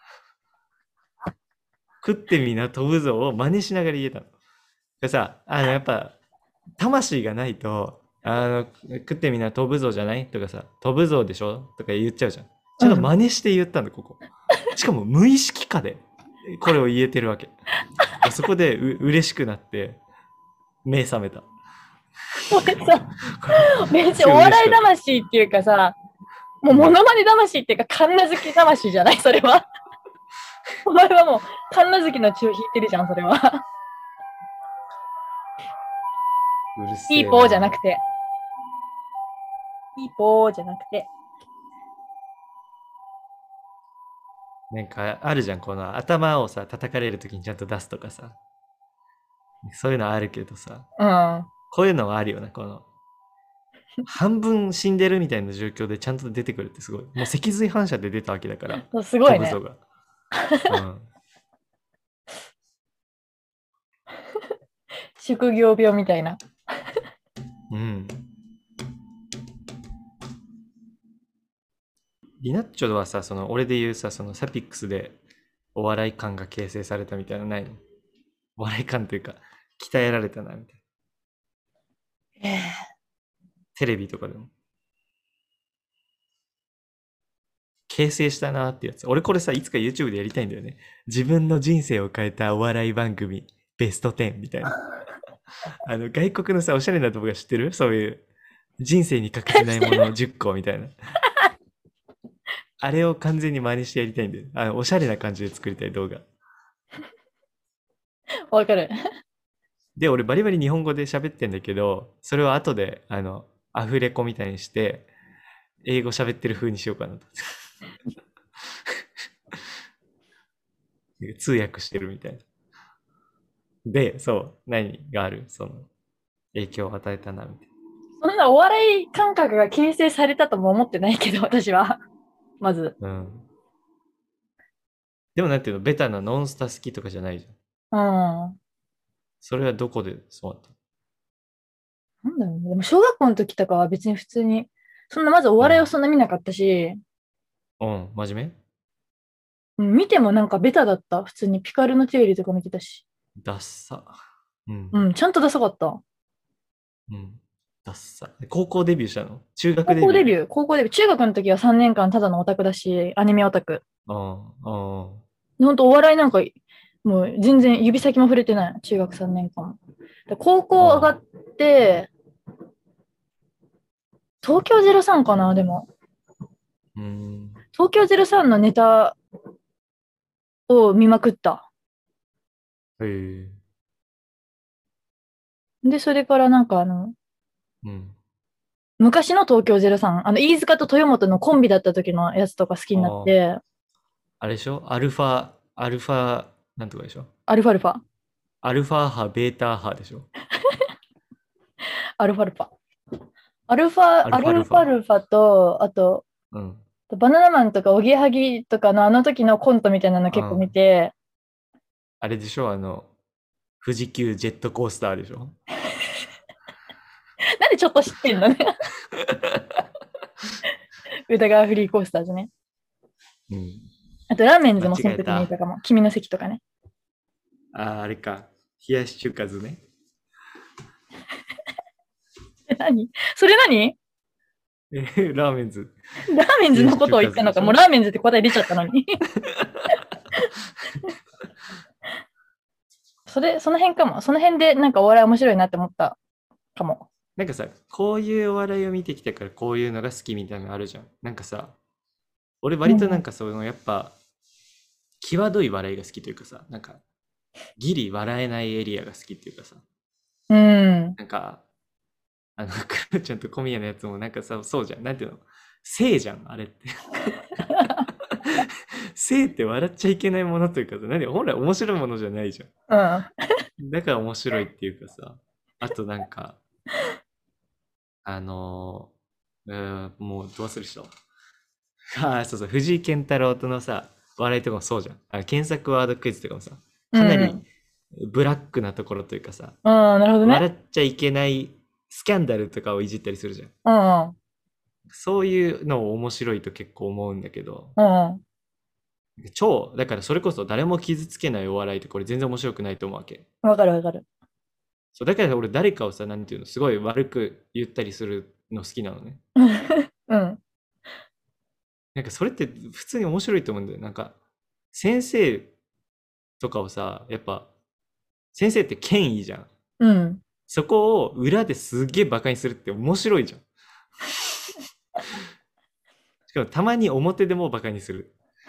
食ってみな飛ぶぞを真似しながら言えたの。でさ、やっぱ、魂がないと、食ってみな飛ぶぞじゃないとかさ、飛ぶぞでしょとか言っちゃうじゃん。ちゃんとうん。 真似して言ったの、ここ。しかも無意識下で、これを言えてるわけ。そこで嬉しくなって、目覚めた。 これさ、めっちすゃお笑いごい嬉しかった。 魂っていうかさ、もううん。 モノマネ魂っていうか、カンナ好き魂じゃないそれは。お前はもう、カンナ好きの血を引いてるじゃん、それは。 うるピーポーじゃなせえな。 くて。ピーポーじゃなくて。 なんかあるじゃん、この頭をさ、叩かれるときにちゃんと出すとかさ。 そういうのあるけどさ、 うん。 こういうのはあるよな、この、半分死んでるみたいな状況でちゃんと出てくるってすごい。もう脊髄反射で出たわけだから、 そうすごいね。 コブゾが。うん。 職業病みたいな。 うん。リナッチョはさ、その、俺で言うさ、そのサピックスでお笑い感が形成されたみたいなのないの？お笑い感というか、鍛えられたな、みたいな。 ええ、 テレビとかでも。形成したなってやつ。俺これさ、いつか YouTube でやりたいんだよね。自分の人生を変えたお笑い番組、ベスト10みたいな。外国のさ、おしゃれな動画知ってる？そういう、人生に欠かせないもの10個みたいな。あれを完全に真似してやりたいんだよ。おしゃれな感じで作りたい動画。 わかる。 で、俺バリバリ日本語で喋ってんだけど、それを後で、アフレコみたいにして、英語喋ってる風にしようかなと。通訳してるみたいな。で、そう、何がある？その、影響を与えたな、みたいそんなお笑い感覚が形成されたとも思ってないけど、私は。まず。 な。うん。でもなんていうの、ベタなノンスタ好きとかじゃないじゃん。 うん。 それはどこでそうなった？ なんだろうね。でも小学校の時とかは別に普通に、そんなまずおうん。 笑いをそんな見なかったし、 うん、真面うん見てもなんかベタだった。普通にピカルの定理とか見てたし。 目ダッサ。うん。 うん、ちゃんとダサかった。 うん。ダッサ。高校デビューしたの？中学高デビュー？ 校デビュー、高校デビュー。中学の時は3年間ただのオタクだし、アニメオタク。 ああ、ああ。 ほんとお笑いなんか、もう全然指先も触れてない。中学3年間。で高校上がああ。 って、東京03かな、でも。 うん。 東京03のネタを見まくった。 へえ。 で、それからなんかうん。 昔の東京03、飯塚と豊本のコンビだった時のやつとか好きになっああ。 て、 あれでしょ？アルファ、なんとかでしょ？ アルファルファ、 アルファ波、ベータ波でしょ？ アルファルファ。アルファ、 アルアルファルファ。 ファルファと、あと、 うん。 バナナマンとかおぎやはぎとかのあの時のコントみたいなの結構見うん。 て、 あれでしょ？富士急ジェットコースターでしょ？ なんでちょっと知ってんのね。歌川フリーコースターズね。 うん。 あと、ラーメンズ間違もその時にいえた。 たかも。君の席とかね。 ああ、あれか。冷やし中華図ね。 何それ何？ ラーメンズ。 ラーメンズのこと冷やし中を言ったのか。 華図でしょ？ もうラーメンズって答え出ちゃったのに。その辺かも。その辺でなんかお笑い面白いなって思ったかも。 なんかさ、こういうお笑いを見てきたからこういうのが好きみたいなのあるじゃん。なんかさ、俺割となんうん。 かそのやっぱ、際どい笑いが好きというかさ、なんか、ギリ笑えないエリアが好きっていうかさ、 うん。 なんか、クロちゃんと小宮のやつもなんかさ、そうじゃん。なんていうの？性じゃん、あれって。性って笑っちゃいけないものというかさ、なんで本来面白いものじゃないじゃうん。 ん。だから面白いっていうかさ、あとなんか、あのもうどう忘れしたわ。ああ、そうそう、藤井健太郎とのさ、笑いとかもそうじゃん。検索ワードクイズとかもさ、 うかなりん。 ブラックなところというかさ、 うん。なるほどね。 笑っちゃいけないスキャンダルとかをいじったりするじゃん。 うん。 そういうのを面白いと結構思うんだけど、 うん。 だからそれこそ誰も傷つけないお笑いってこれ全然面白くないと思うわけ。 わかるわかる。 そう、だから俺誰かをさ、なんていうの、すごい悪く言ったりするの好きなのね。 うん。 なんかそれって普通に面白いと思うんだよ。なんか、先生とかをさ、やっぱ、先生って権威じゃん。 うん。 そこを裏ですっげえバカにするって面白いじゃん。しかもたまに表でもバカにする。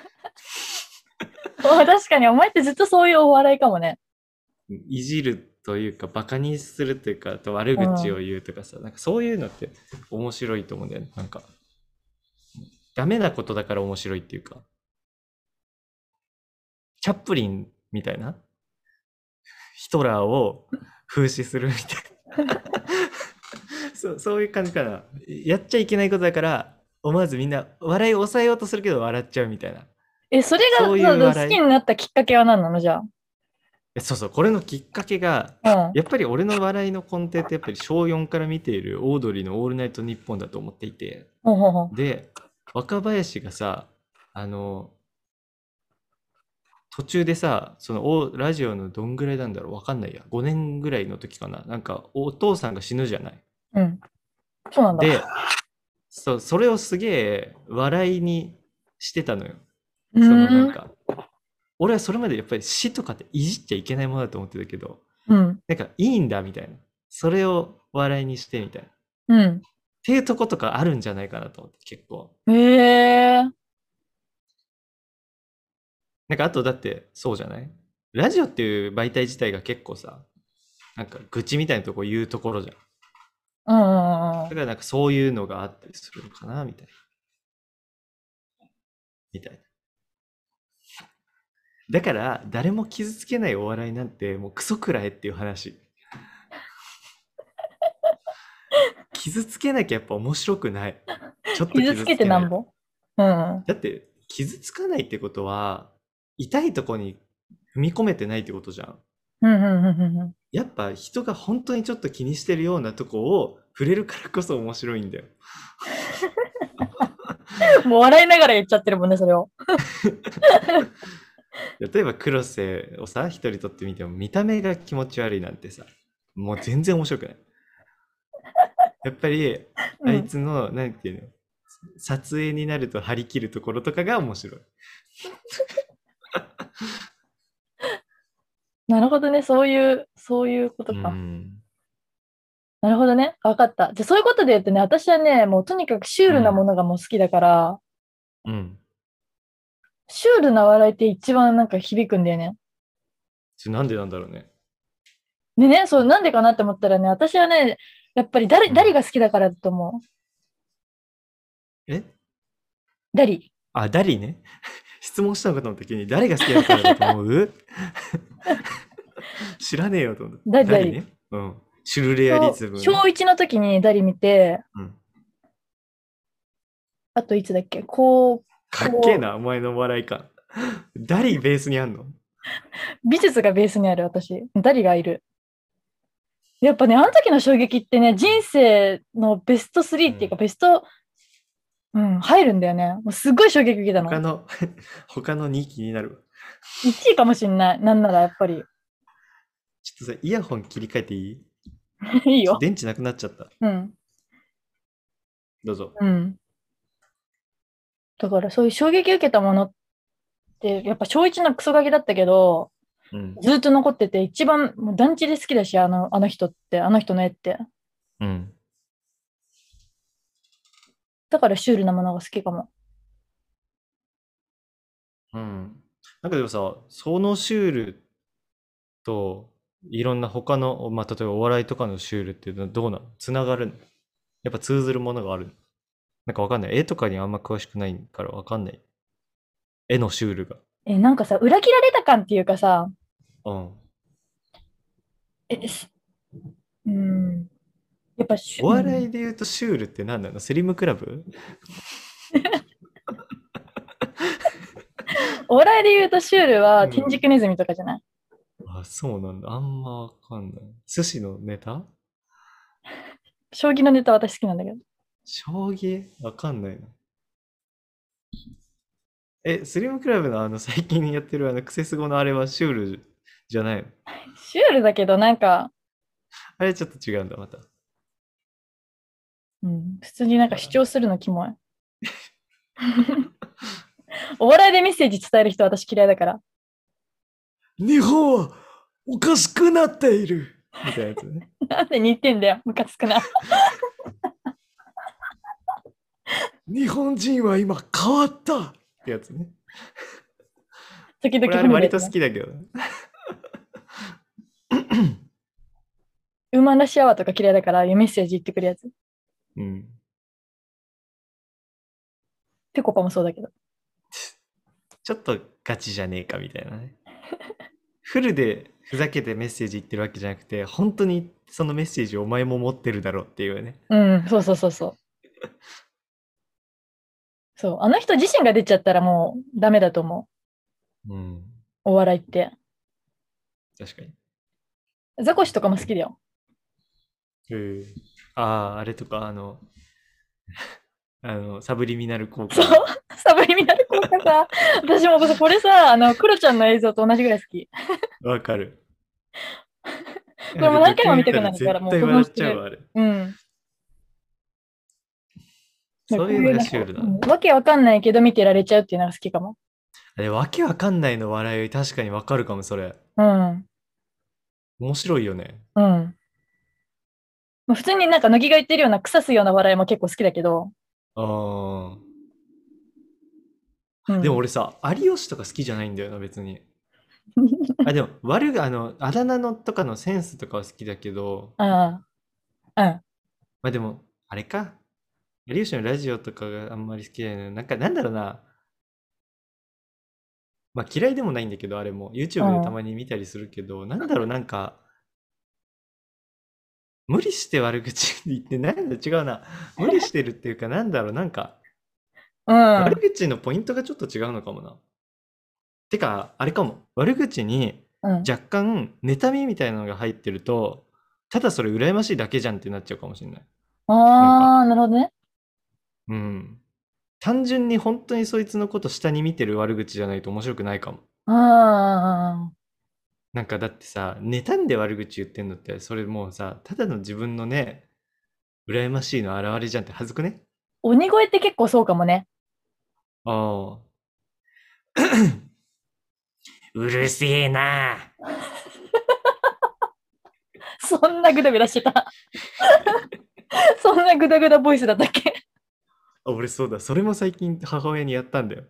確かに、お前ってずっとそういうお笑いかもね。 いじるというか、バカにするというか、あと悪うん。 口を言うとかさ、なんかそういうのって面白いと思うんだよね。なんか、ダメなことだから面白いっていうか、チャップリンみたいなヒトラーを風刺するみたいな。そういう感じかな。やっちゃいけないことだから、思わずみんな笑いを抑えようとするけど笑っちゃうみたいな。 それそういがそう好う笑い。 きになったきっかけは何なのじゃそうそう、これのきっかけが、 あ。 やっぱり俺の笑いの根底ってやっぱり小4から見ているオードリーのオールナイトニッポンだと思っていて、 ほうほうほう。 で、若林がさ、あの、途中でさ、ラジオのどんぐらいなんだろう、わかんないや。5年ぐらいの時かな。なんか、お父さんが死ぬじゃない。 うん。そうなんだ。 で、それをすげえ笑いにしてたのよ。 うなんーん。 か、俺はそれまでやっぱり死とかっていじっちゃいけないものだと思ってたけど、 うん。 なんかいいんだみたいな。それを笑いにしてみたいな。っうん。 ていうとことかあるんじゃないかなと思って、結構。 へえ。 なんかあとだってそうじゃない？ラジオっていう媒体自体が結構さ、なんか愚痴みたいなとこ言うところじゃん。 うんうんうん。 だからなんかそういうのがあったりするのかなみたいな。みたいな。だから誰も傷つけないお笑いなんてもうクソくらえっていう話。傷つけなきゃやっぱ面白くない。ちょっと傷傷つけつけないと。 てなんぼ。うん。 だって傷つかないってことは痛いとこに踏み込めてないってことじゃん。 うんうんうんうんやっぱ人が本当にちょっと気にしてるようなとこを触れるからこそ面白いんだよ。 うん。もう笑いながら言っちゃってるもんね、それを。 例えば黒瀬をさ、一人撮ってみても見た目が気持ち悪いなんてさ、もう全然面白くない。やっぱりあいうん。 つの、なんていうの、撮影になると張り切るところとかが面白い。 なるほどね。そういうことうか。 ん。 なるほどね。わかった。じゃあそういうことで言うとね、私はね、もうとにかくシュールなもうん。 のがもう好きだから、 うん。 シュールな笑いって一番なんか響くんだよね。 なんでなんだろうね。 でね、そう、なんでかなって思ったらね、私はね、やっぱりうん。 誰が好きだからだと思う。 えダリ。 あ、ダリね。質問したのかと思った時に誰が好きだからだと思う？知らねえよと思った。 ダリ。 ダリね。うん。シュルレアリズムね。 小1の時にダリ見て、 うん。 あといつだっけかっけえな、お前のお笑い感。ダリベースにあんの？ 美術がベースにある私。ダリがいる。やっぱね、あの時の衝撃ってね、人生のベスト3っていうか、 うん。 ベスト、うん、入るんだよね。もうすっごい衝撃受けたの。 他の他の2気になるわ。 1位かもしんない。なんならやっぱり。 ちょっとさ、イヤホン切り替えていい？ いいよ。 電池なくなっちゃった。 うん。 どうぞ。 うん。だからそういう衝撃受けたものって、やっぱ小1のクソガキだったけど、 うん。 ずっと残ってて、一番もう団地で好きだし、あの人って、あの人の絵って。 うん。 だからシュールなものが好きかも。 うん。なんかでもさ、そのシュールと、いろんな他の、まあ、例えばお笑いとかのシュールっていうのはどうなの？つながるの？やっぱ通ずるものがあるの？なんかわかんない。絵とかにあんま詳しくないからわかんない。絵のシュールが。 なんかさ、裏切られた感っていうかさ、 うん。 え、すうん。やっぱおうん。 笑いで言うとシュールって何なの？スリムクラブ？ お笑いで言うとシュールは、天うん。 竺ネズミとかじゃない？ あ、そうなんだ。あんまわかんない。寿司のネタ？ 将棋のネタ私好きなんだけど。 将棋わかんないな。スリムクラブの最近やってるクセスゴのあれはシュールじゃないの？ シュールだけど、なんか、 あれちょっと違うんだ、また。 うん、普通になんか主あ、 張するのキモい。お笑いでメッセージ伝える人私嫌いだから。 日本はおかしくなっているみたいなやつね。 なんで似てんだよ、ムカつくな。 日本人は今変わったってやつね。 時々 これあれ割と好褒めるやつね。 きだけど。 ウーマンラッシュアワーとか嫌いだから、ああいうメッセージ言ってくるやつ。 うん。 ペコパもそうだけど。 ちょっとガチじゃねえかみたいなね。フルでふざけてメッセージ言ってるわけじゃなくて、本当にそのメッセージをお前も持ってるだろうっていうね。 うん、そうそうそうそう。そう、あの人自身が出ちゃったらもうダメだと思うん。 う。お笑いって。 確かに。 ザコシとかも好きだよ。 へえ。ああ、あれとか、サブリミナル効そう、 果の。 サブリミナル効果さ、私もこれさ、クロちゃんの映像と同じぐらい好き。 わかる。 これもう何回も見たくどっか見たらなるから、もう保絶対笑存してる。 っちゃうわ、あれ。 うん。 そういうのこういうなんか、 がシュールだ。 わけわかんないけど見てられちゃうっていうのが好きかも。 あれ、わけわかんないの笑い、確かにわかるかも、それ。 うん。 面白いよね。 うん。まあ、普通になんか乃木が言ってるような腐すような笑いも結構好きだけど、 ああ。 うん。 でも俺さ、有吉とか好きじゃないんだよな、別に。あ、でも、あだ名のとかのセンスとかは好きだけど、 ああ、うん。 まあでも、あれか。有吉のラジオとかがあんまり好きじゃないの。なんか、なんだろうな。まあ嫌いでもないんだけど、あれも。 う YouTube でたん。 まに見たりするけど、なんだろう、なんか、無理して悪口言って、なんだ、違うな。無理してるっていうか、なんだろう、なんか、 うん。 悪口のポイントがちょっと違うのかもな。てか、あれかも。悪口にうん。 若干、妬みみたいなのが入ってると、ただそれ羨ましいだけじゃんってなっちゃうかもしれない。なんか、 ああ、なるほどね。 うん。単純に本当にそいつのこと下に見てる悪口じゃないと面白くないかも。 ああ、 なんかだってさ、妬んで悪口言ってんのって、それもうさ、ただの自分のね、羨ましいの表れじゃんって恥ずくね？ 鬼越って結構そうかもね。 ああ。うるせえな。 そんなグダグダしてた。そんなグダグダボイスだったっけ？ あ、俺そうだ。それも最近母親にやったんだよ。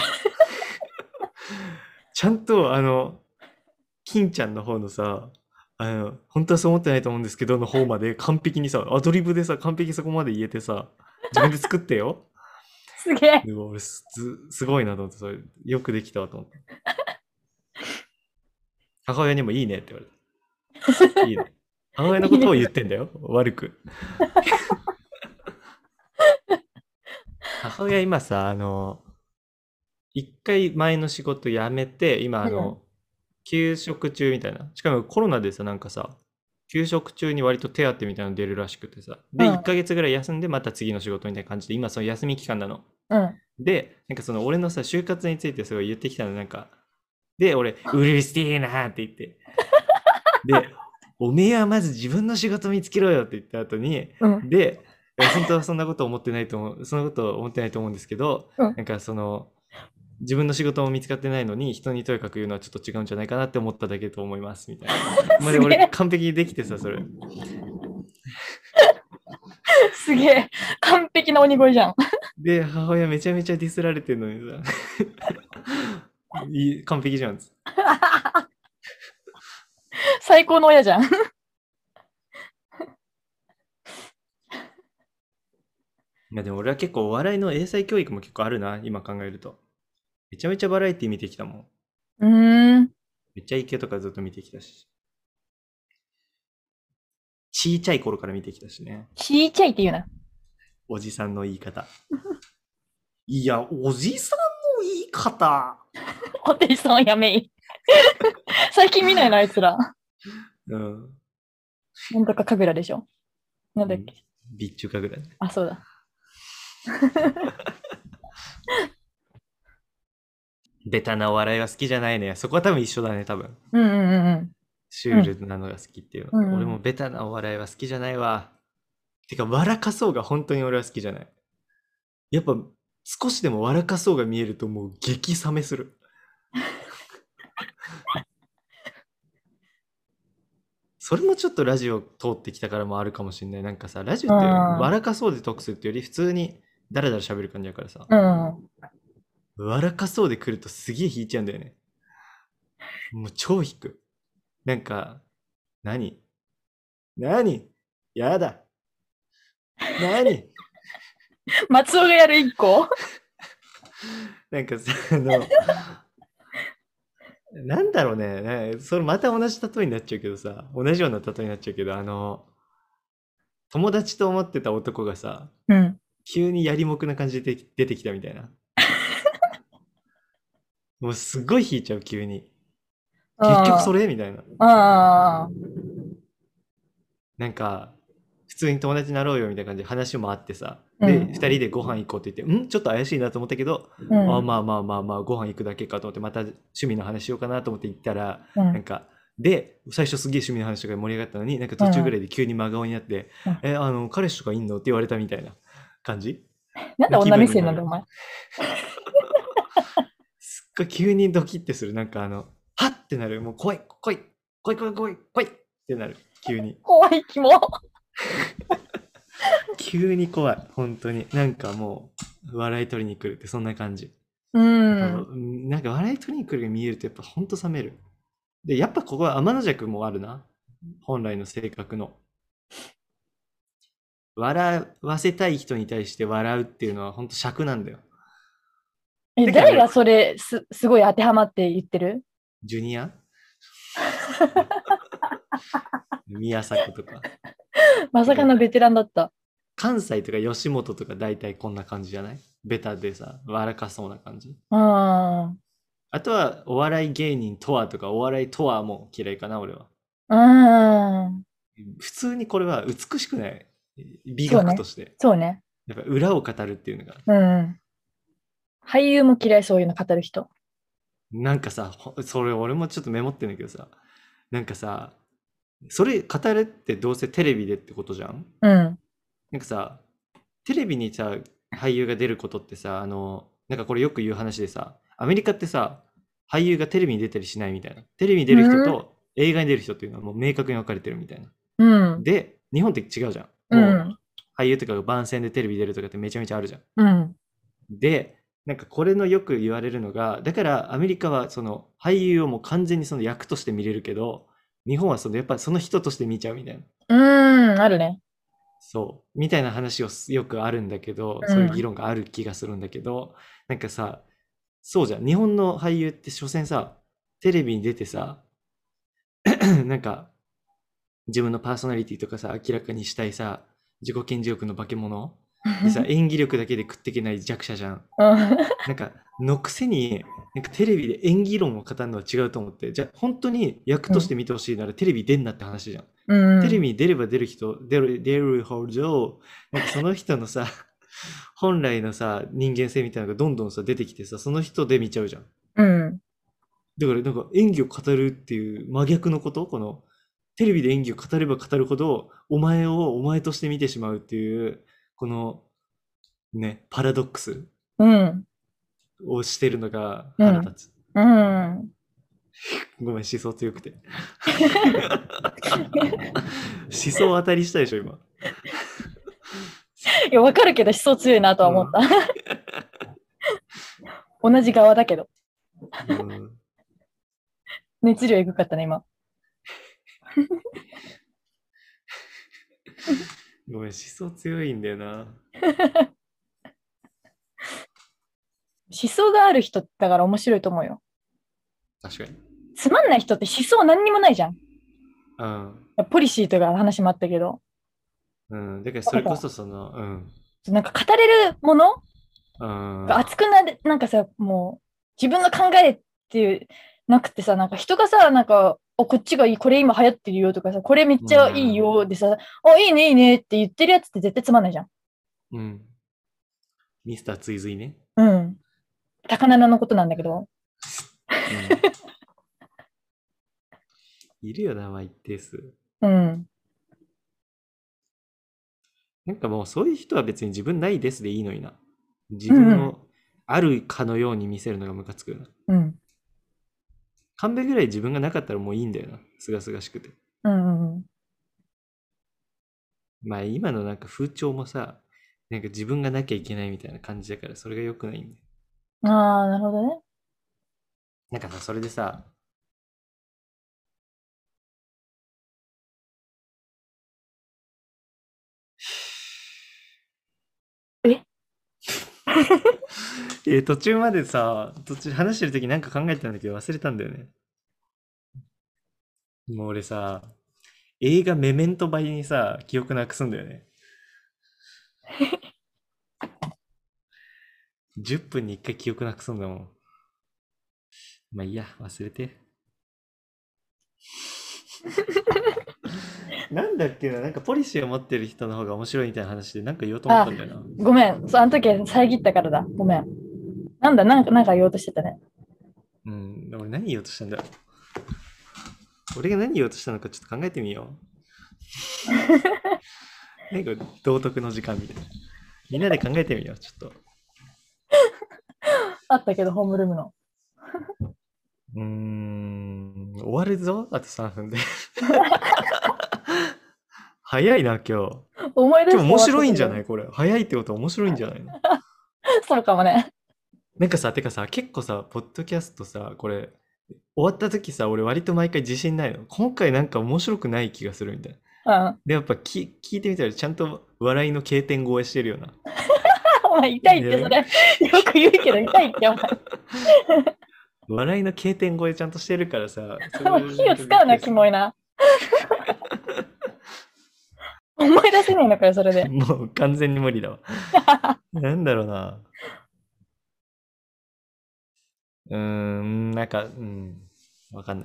ちゃんと、金ちゃんの方のさ、本当はそう思ってないと思うんですけど、の方まで完璧にさ、アドリブでさ、完璧そこまで言えてさ、自分で作ってよ。 すげえ。 でも俺すごいなと思って、それ、よくできたわと思って。母親にもいいねって言われて。いいね。母親のことを言ってんだよ。悪く。母親今さ、一回前の仕事辞めて、今うん。 休職中みたいな。しかもコロナでさ、なんかさ、休職中に割と手当みたいなの出るらしくてさ。で、1 うん。 ヶ月ぐらい休んでまた次の仕事みたいな感じで、今その休み期間なの。 うん。 で、なんかその俺のさ、就活についてすごい言ってきたの、なんか、で、俺、うるせえなーって言って。で、おめえはまず自分の仕事見つけろよって言った後に、 うん。 で、本当はそんなこと思ってないと思う、そんなこと思ってないと思うんですけど、 うん。 なんかその、自分の仕事も見つかってないのに人にとやかく言うのはちょっと違うんじゃないかなって思っただけと思いますみたいな。まあで俺すげえ。 完璧にできてさ、それ。 すげえ。完璧な鬼越じゃん。 で、母親めちゃめちゃディスられてるのにさ、完璧じゃん。 最高の親じゃん。 いやでも俺は結構お笑いの英才教育も結構あるな、今考えると。めちゃめちゃバラエティ見てきたもん。 うーん。 めっちゃイケとかずっと見てきたし。ちいちゃい頃から見てきたしね。 ちいちゃいって言うな。 おじさんの言い方。いや、おじさんの言い方。 ホテイソンやめい。最近見ないな、あいつら。 うん。 なんとか神楽でしょ。なんだっけ。 ビッチュかぐらい。 あ、そうだ。 ベタなお笑いは好きじゃないね。そこは多分一緒だね、多分。 うんうんうんシうん。うん。 ュールなのが好きっていうのと。 うんうん。 俺もベタなお笑いは好きじゃないわ。てか、笑かそうが本当に俺は好きじゃない。やっぱ、少しでも笑かそうが見えるともう激冷めする。それもちょっとラジオ通ってきたからもあるかもしれない。なんかさ、ラジオって笑かそうでトークするってより普通にダラダラ喋る感じだからさ、 うん。 笑かそうで来るとすげえ引いちゃうんだよね。もう超引く。なんか、何何やだ。何松尾がやる一個。 なんかさ、 なんだろうね。それまた同じ例えになっちゃうけどさ、同じような例えになっちゃうけど、友達と思ってた男がさ、 うん。 急にやりもくな感じで出てきたみたいな。もうすごい引いちゃう、急に。結局そあれみたいな。 あ、ああ、 なんか、普通に友達になろうよみたいな感じで話もあってさ。で、 うん、 二人でご飯行こうって言って、ちょっと怪しいなと思ったけど、あ、 うん、 まあまあまあまあ、ご飯行くだけかと思って、また趣味の話しようかなと思って行ったら、 うん、 なんか、で、最初すげえ趣味の話とかで盛り上がったのに、なんか途中ぐうん。 らいで急に真顔になって、 うん。 彼氏とかいんのって言われたみたいな感じの気なんで女目分になる。 線なんだ、お前。 すっごい急にドキッてする。なんかはっってなる。もう怖い、怖い、怖い、怖い、怖い、怖いってなる。急に。 怖い気も。 急に怖い。本当に。なんかもう、笑い取りに来るってそんな感じ。 うやっぱ、 ん。 なんか笑い取りに来るが見えるとやっぱほんと冷める。で、やっぱここは天の弱もあるな。本来の性格の。笑わせたい人に対して笑うっていうのはほんと尺なんだよ。 え、 だから誰がそれすごい当てはまって言ってる？ ジュニア宮迫とか。てか、 まさかのベテランだった。 関西とか吉本とか大体こんな感じじゃない？ベタでさ、笑かそうな感じ。 うん。うん。 あとは、お笑い芸人とはとか、お笑いとはも嫌いかな、俺は。普通にこれは美しくない。美そうね。 学として。 そうね。 やっぱ裏を語るっていうのが。 うん。俳優も嫌い、そういうの語る人。 なんかさ、それ俺もちょっとメモってんだけどさ、なんかさ、それ語るってどうせテレビでってことじゃん？ うん。 なんかさ、テレビにさ、俳優が出ることってさ、なんかこれよく言う話でさ、アメリカってさ、俳優がテレビに出たりしないみたいな。テレビに出る人うん。 と映画に出る人っていうのはもう明確に分かれてるみたいな。 うん。 で、日本って違うじゃん。もうん。 う俳優とかが番宣でテレビ出るとかってめちゃめちゃあるじゃん。 うん。 で、なんかこれのよく言われるのが、だからアメリカはその俳優をもう完全にその役として見れるけど、日本はそのやっぱその人として見ちゃうみたいな。 うん。あるね。 そう。みたいな話をよくあるんだけど、そういう議うん。 論がある気がするんだけど、なんかさ、そうじゃん。日本の俳優って所詮さ、テレビに出てさ、なんか自分のパーソナリティとかさ、明らかにしたいさ、自己顕示欲の化け物でさ、演技力だけで食っていけない弱者じゃん。なんか、のくせに、なんかテレビで演技論を語るのは違うと思って、じゃあ本当に役うん。 として見てほしいならテレビ出んなって話じゃん。 うん。 テレビに出れば出る人、出るほど、なんかその人のさ、本来のさ、人間性みたいなのがどんどんさ、出てきてさ、その人で見ちゃうじゃん。 うん。 だからなんか演技を語るっていう真逆のこと、この、テレビで演技を語れば語るほど、お前をお前として見てしまうっていう、この、ね、パラドックスうん。 をしてるのがうん。 腹立つ。 うん。 ごめん、思想強くて。思想当たりしたでしょ、今。 いや、わかるけど、思想強いなとは思った。 うん。 同じ側だけど。 うん。 熱量エグかったね、今。 ごめん、思想強いんだよな。 思想がある人だから面白いと思うよ。 確かに。 つまんない人って思想何にもないじゃん。 うん。 ポリシーとか話もあったけど。 うん。だからそれこなんか、 そその、うん。 なんか語れるものうん。 が熱くなる、なんかさ、もう自分の考えっていうなくてさ、なんか人がさ、なんか、こっちがいい、これ今流行ってるよとかさ、これめっうちゃいいん。 よでさ、いいね、いいねって言ってるやつって絶対つまんないじゃん。 うん。ミスター追随ね。 うん。高菜のことなんだけど。 うん。いるよな、まあ一定数。 うん。 なんかもうそういう人は別に自分ないですでいいのにな。自うんうん。 分をあるかのように見せるのがムカつくよな。 うん。 勘弁ぐらい自分がなかったらもういいんだよな。すがすがしくて。 うんうん。 まあ今のなんか風潮もさ、なんか自分がなきゃいけないみたいな感じだからそれが良くないんだよ。 ああ、なるほどね。 なんかさ、それでさ、 え途中までさ、途中話してる時なんか考えてたんだけど忘れたんだよね。 もう俺さ、映画メメントばりにさ、記憶なくすんだよね。10分に1回記憶なくすんだもん。まあいいや、忘れて。なんだっけな、なんかポリシーを持ってる人の方が面白いみたいな話でなんか言おうと思っあ、 たんだよな。 ごめん。そう、あの時遮ったからだ。ごめん。なんか言おうとしてたね。 うん、俺何言おうとしたんだろう。俺が何言おうとしたのかちょっと考えてみよう。なんか道徳の時間みたいな。みんなで考えてみよう、ちょっと。 あったけど、ホームルームの。 終わるぞあと3分で。早いな、今日。今日面思い出して終わったけど。 白いんじゃないこれ。早いってことは面白いんじゃないの？ そうかもね。 なんかさ、てかさ、結構さ、ポッドキャストさ、これ、終わった時さ、俺割と毎回自信ないの。今回なんか面白くない気がするみたいな。 うん。 で、やっぱ聞いてみたらちゃんと笑いの経典超えしてるよな。 お前痛いってそれ。 いや、 よく言うけど痛いってお前。 笑いの経典超えちゃんとしてるからさ、それもう火を使うな、キモいな。思い出せないのかよ、それで。 もう完全に無理だわ。なんだろうな。なんか、わかんない。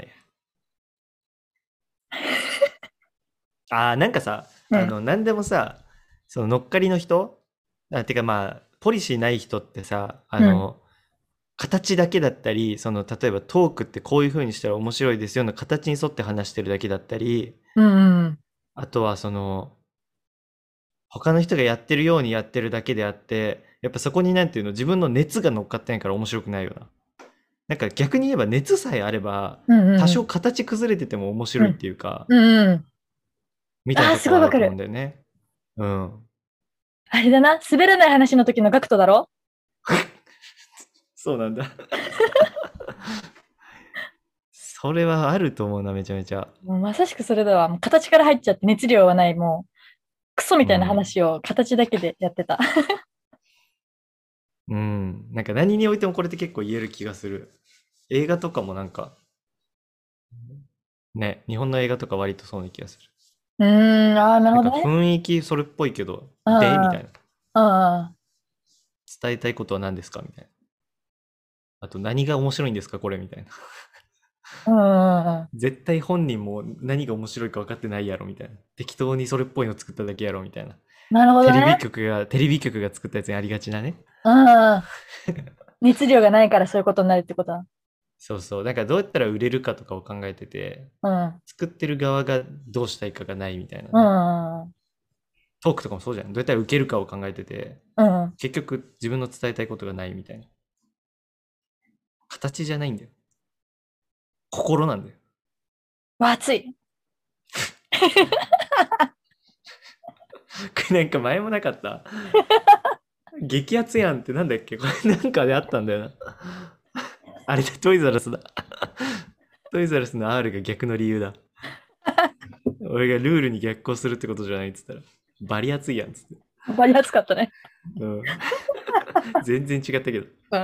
なんかさ、 うん。 なんでもさ、その乗っかりの人てかまあ、ポリシーない人ってさ、 うん。 形だけだったり、その、例えばトークってこういう風にしたら面白いですよの形に沿って話してるだけだったり、 うんうん。 あとはその、他の人がやってるようにやってるだけであって、やっぱそこになんていうの、自分の熱が乗っかってないから面白くないよな。なんか逆に言えば熱さえあれば、 うんうん。 多少形崩れてても面白いっうん。 ていうか、 うんうん。 みたいなああ、 とこはあると思うんすごいわかる。 だよね。うん。 あれだな。滑らない話の時のガクトだろ？ そうなんだ。それはあると思うな、めちゃめちゃ。 もうまさしくそれだわ。もう形から入っちゃって熱量はない。もうクソみたいなうん。 話を形だけでやってた。 うん。なんか何においてもこれって結構言える気がする。映画とかもなんか、ね、日本の映画とか割とそうな気がする。 ああ、なるなんかほどね。 雰囲気それっぽいけど、みうんうん。 たいな。 うん伝えたいことは何ですかみたいな。あと何が面白いんですかこれみたいな。 うん。うんうんうん。 絶対本人も何が面白いか分かってないやろみたいな。適当にそれっぽいの作っただけやろみたいな。 なるほどね。 テレビ局が作ったやつにありがちなね。 うんうん。熱量がないからそういうことになるってことだ。 そうそう。だからどうやったら売れるかとかを考えてて、 うん。 作ってる側がどうしたいかがないみたいなうんね。 うんうん。 トークとかもそうじゃん。どうやったら受けるかを考えてて、 うんうん。 結局自分の伝えたいことがないみたいな。形じゃないんだよ。心なんだよ。 わ、熱い。 これなんか前もなかった。激アツやんってなんだっけこれなんかであったんだよな。あれだ、トイザらスだ。トイザらスの R が逆の理由だ。俺がルールに逆行するってことじゃないっつったら、バリ熱いやんっつって。 バリ熱かったね。 うん。全然違ったけど。 うん。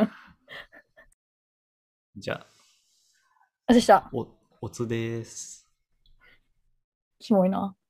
じゃあ、 あ、でした。 おつです。 キモいな。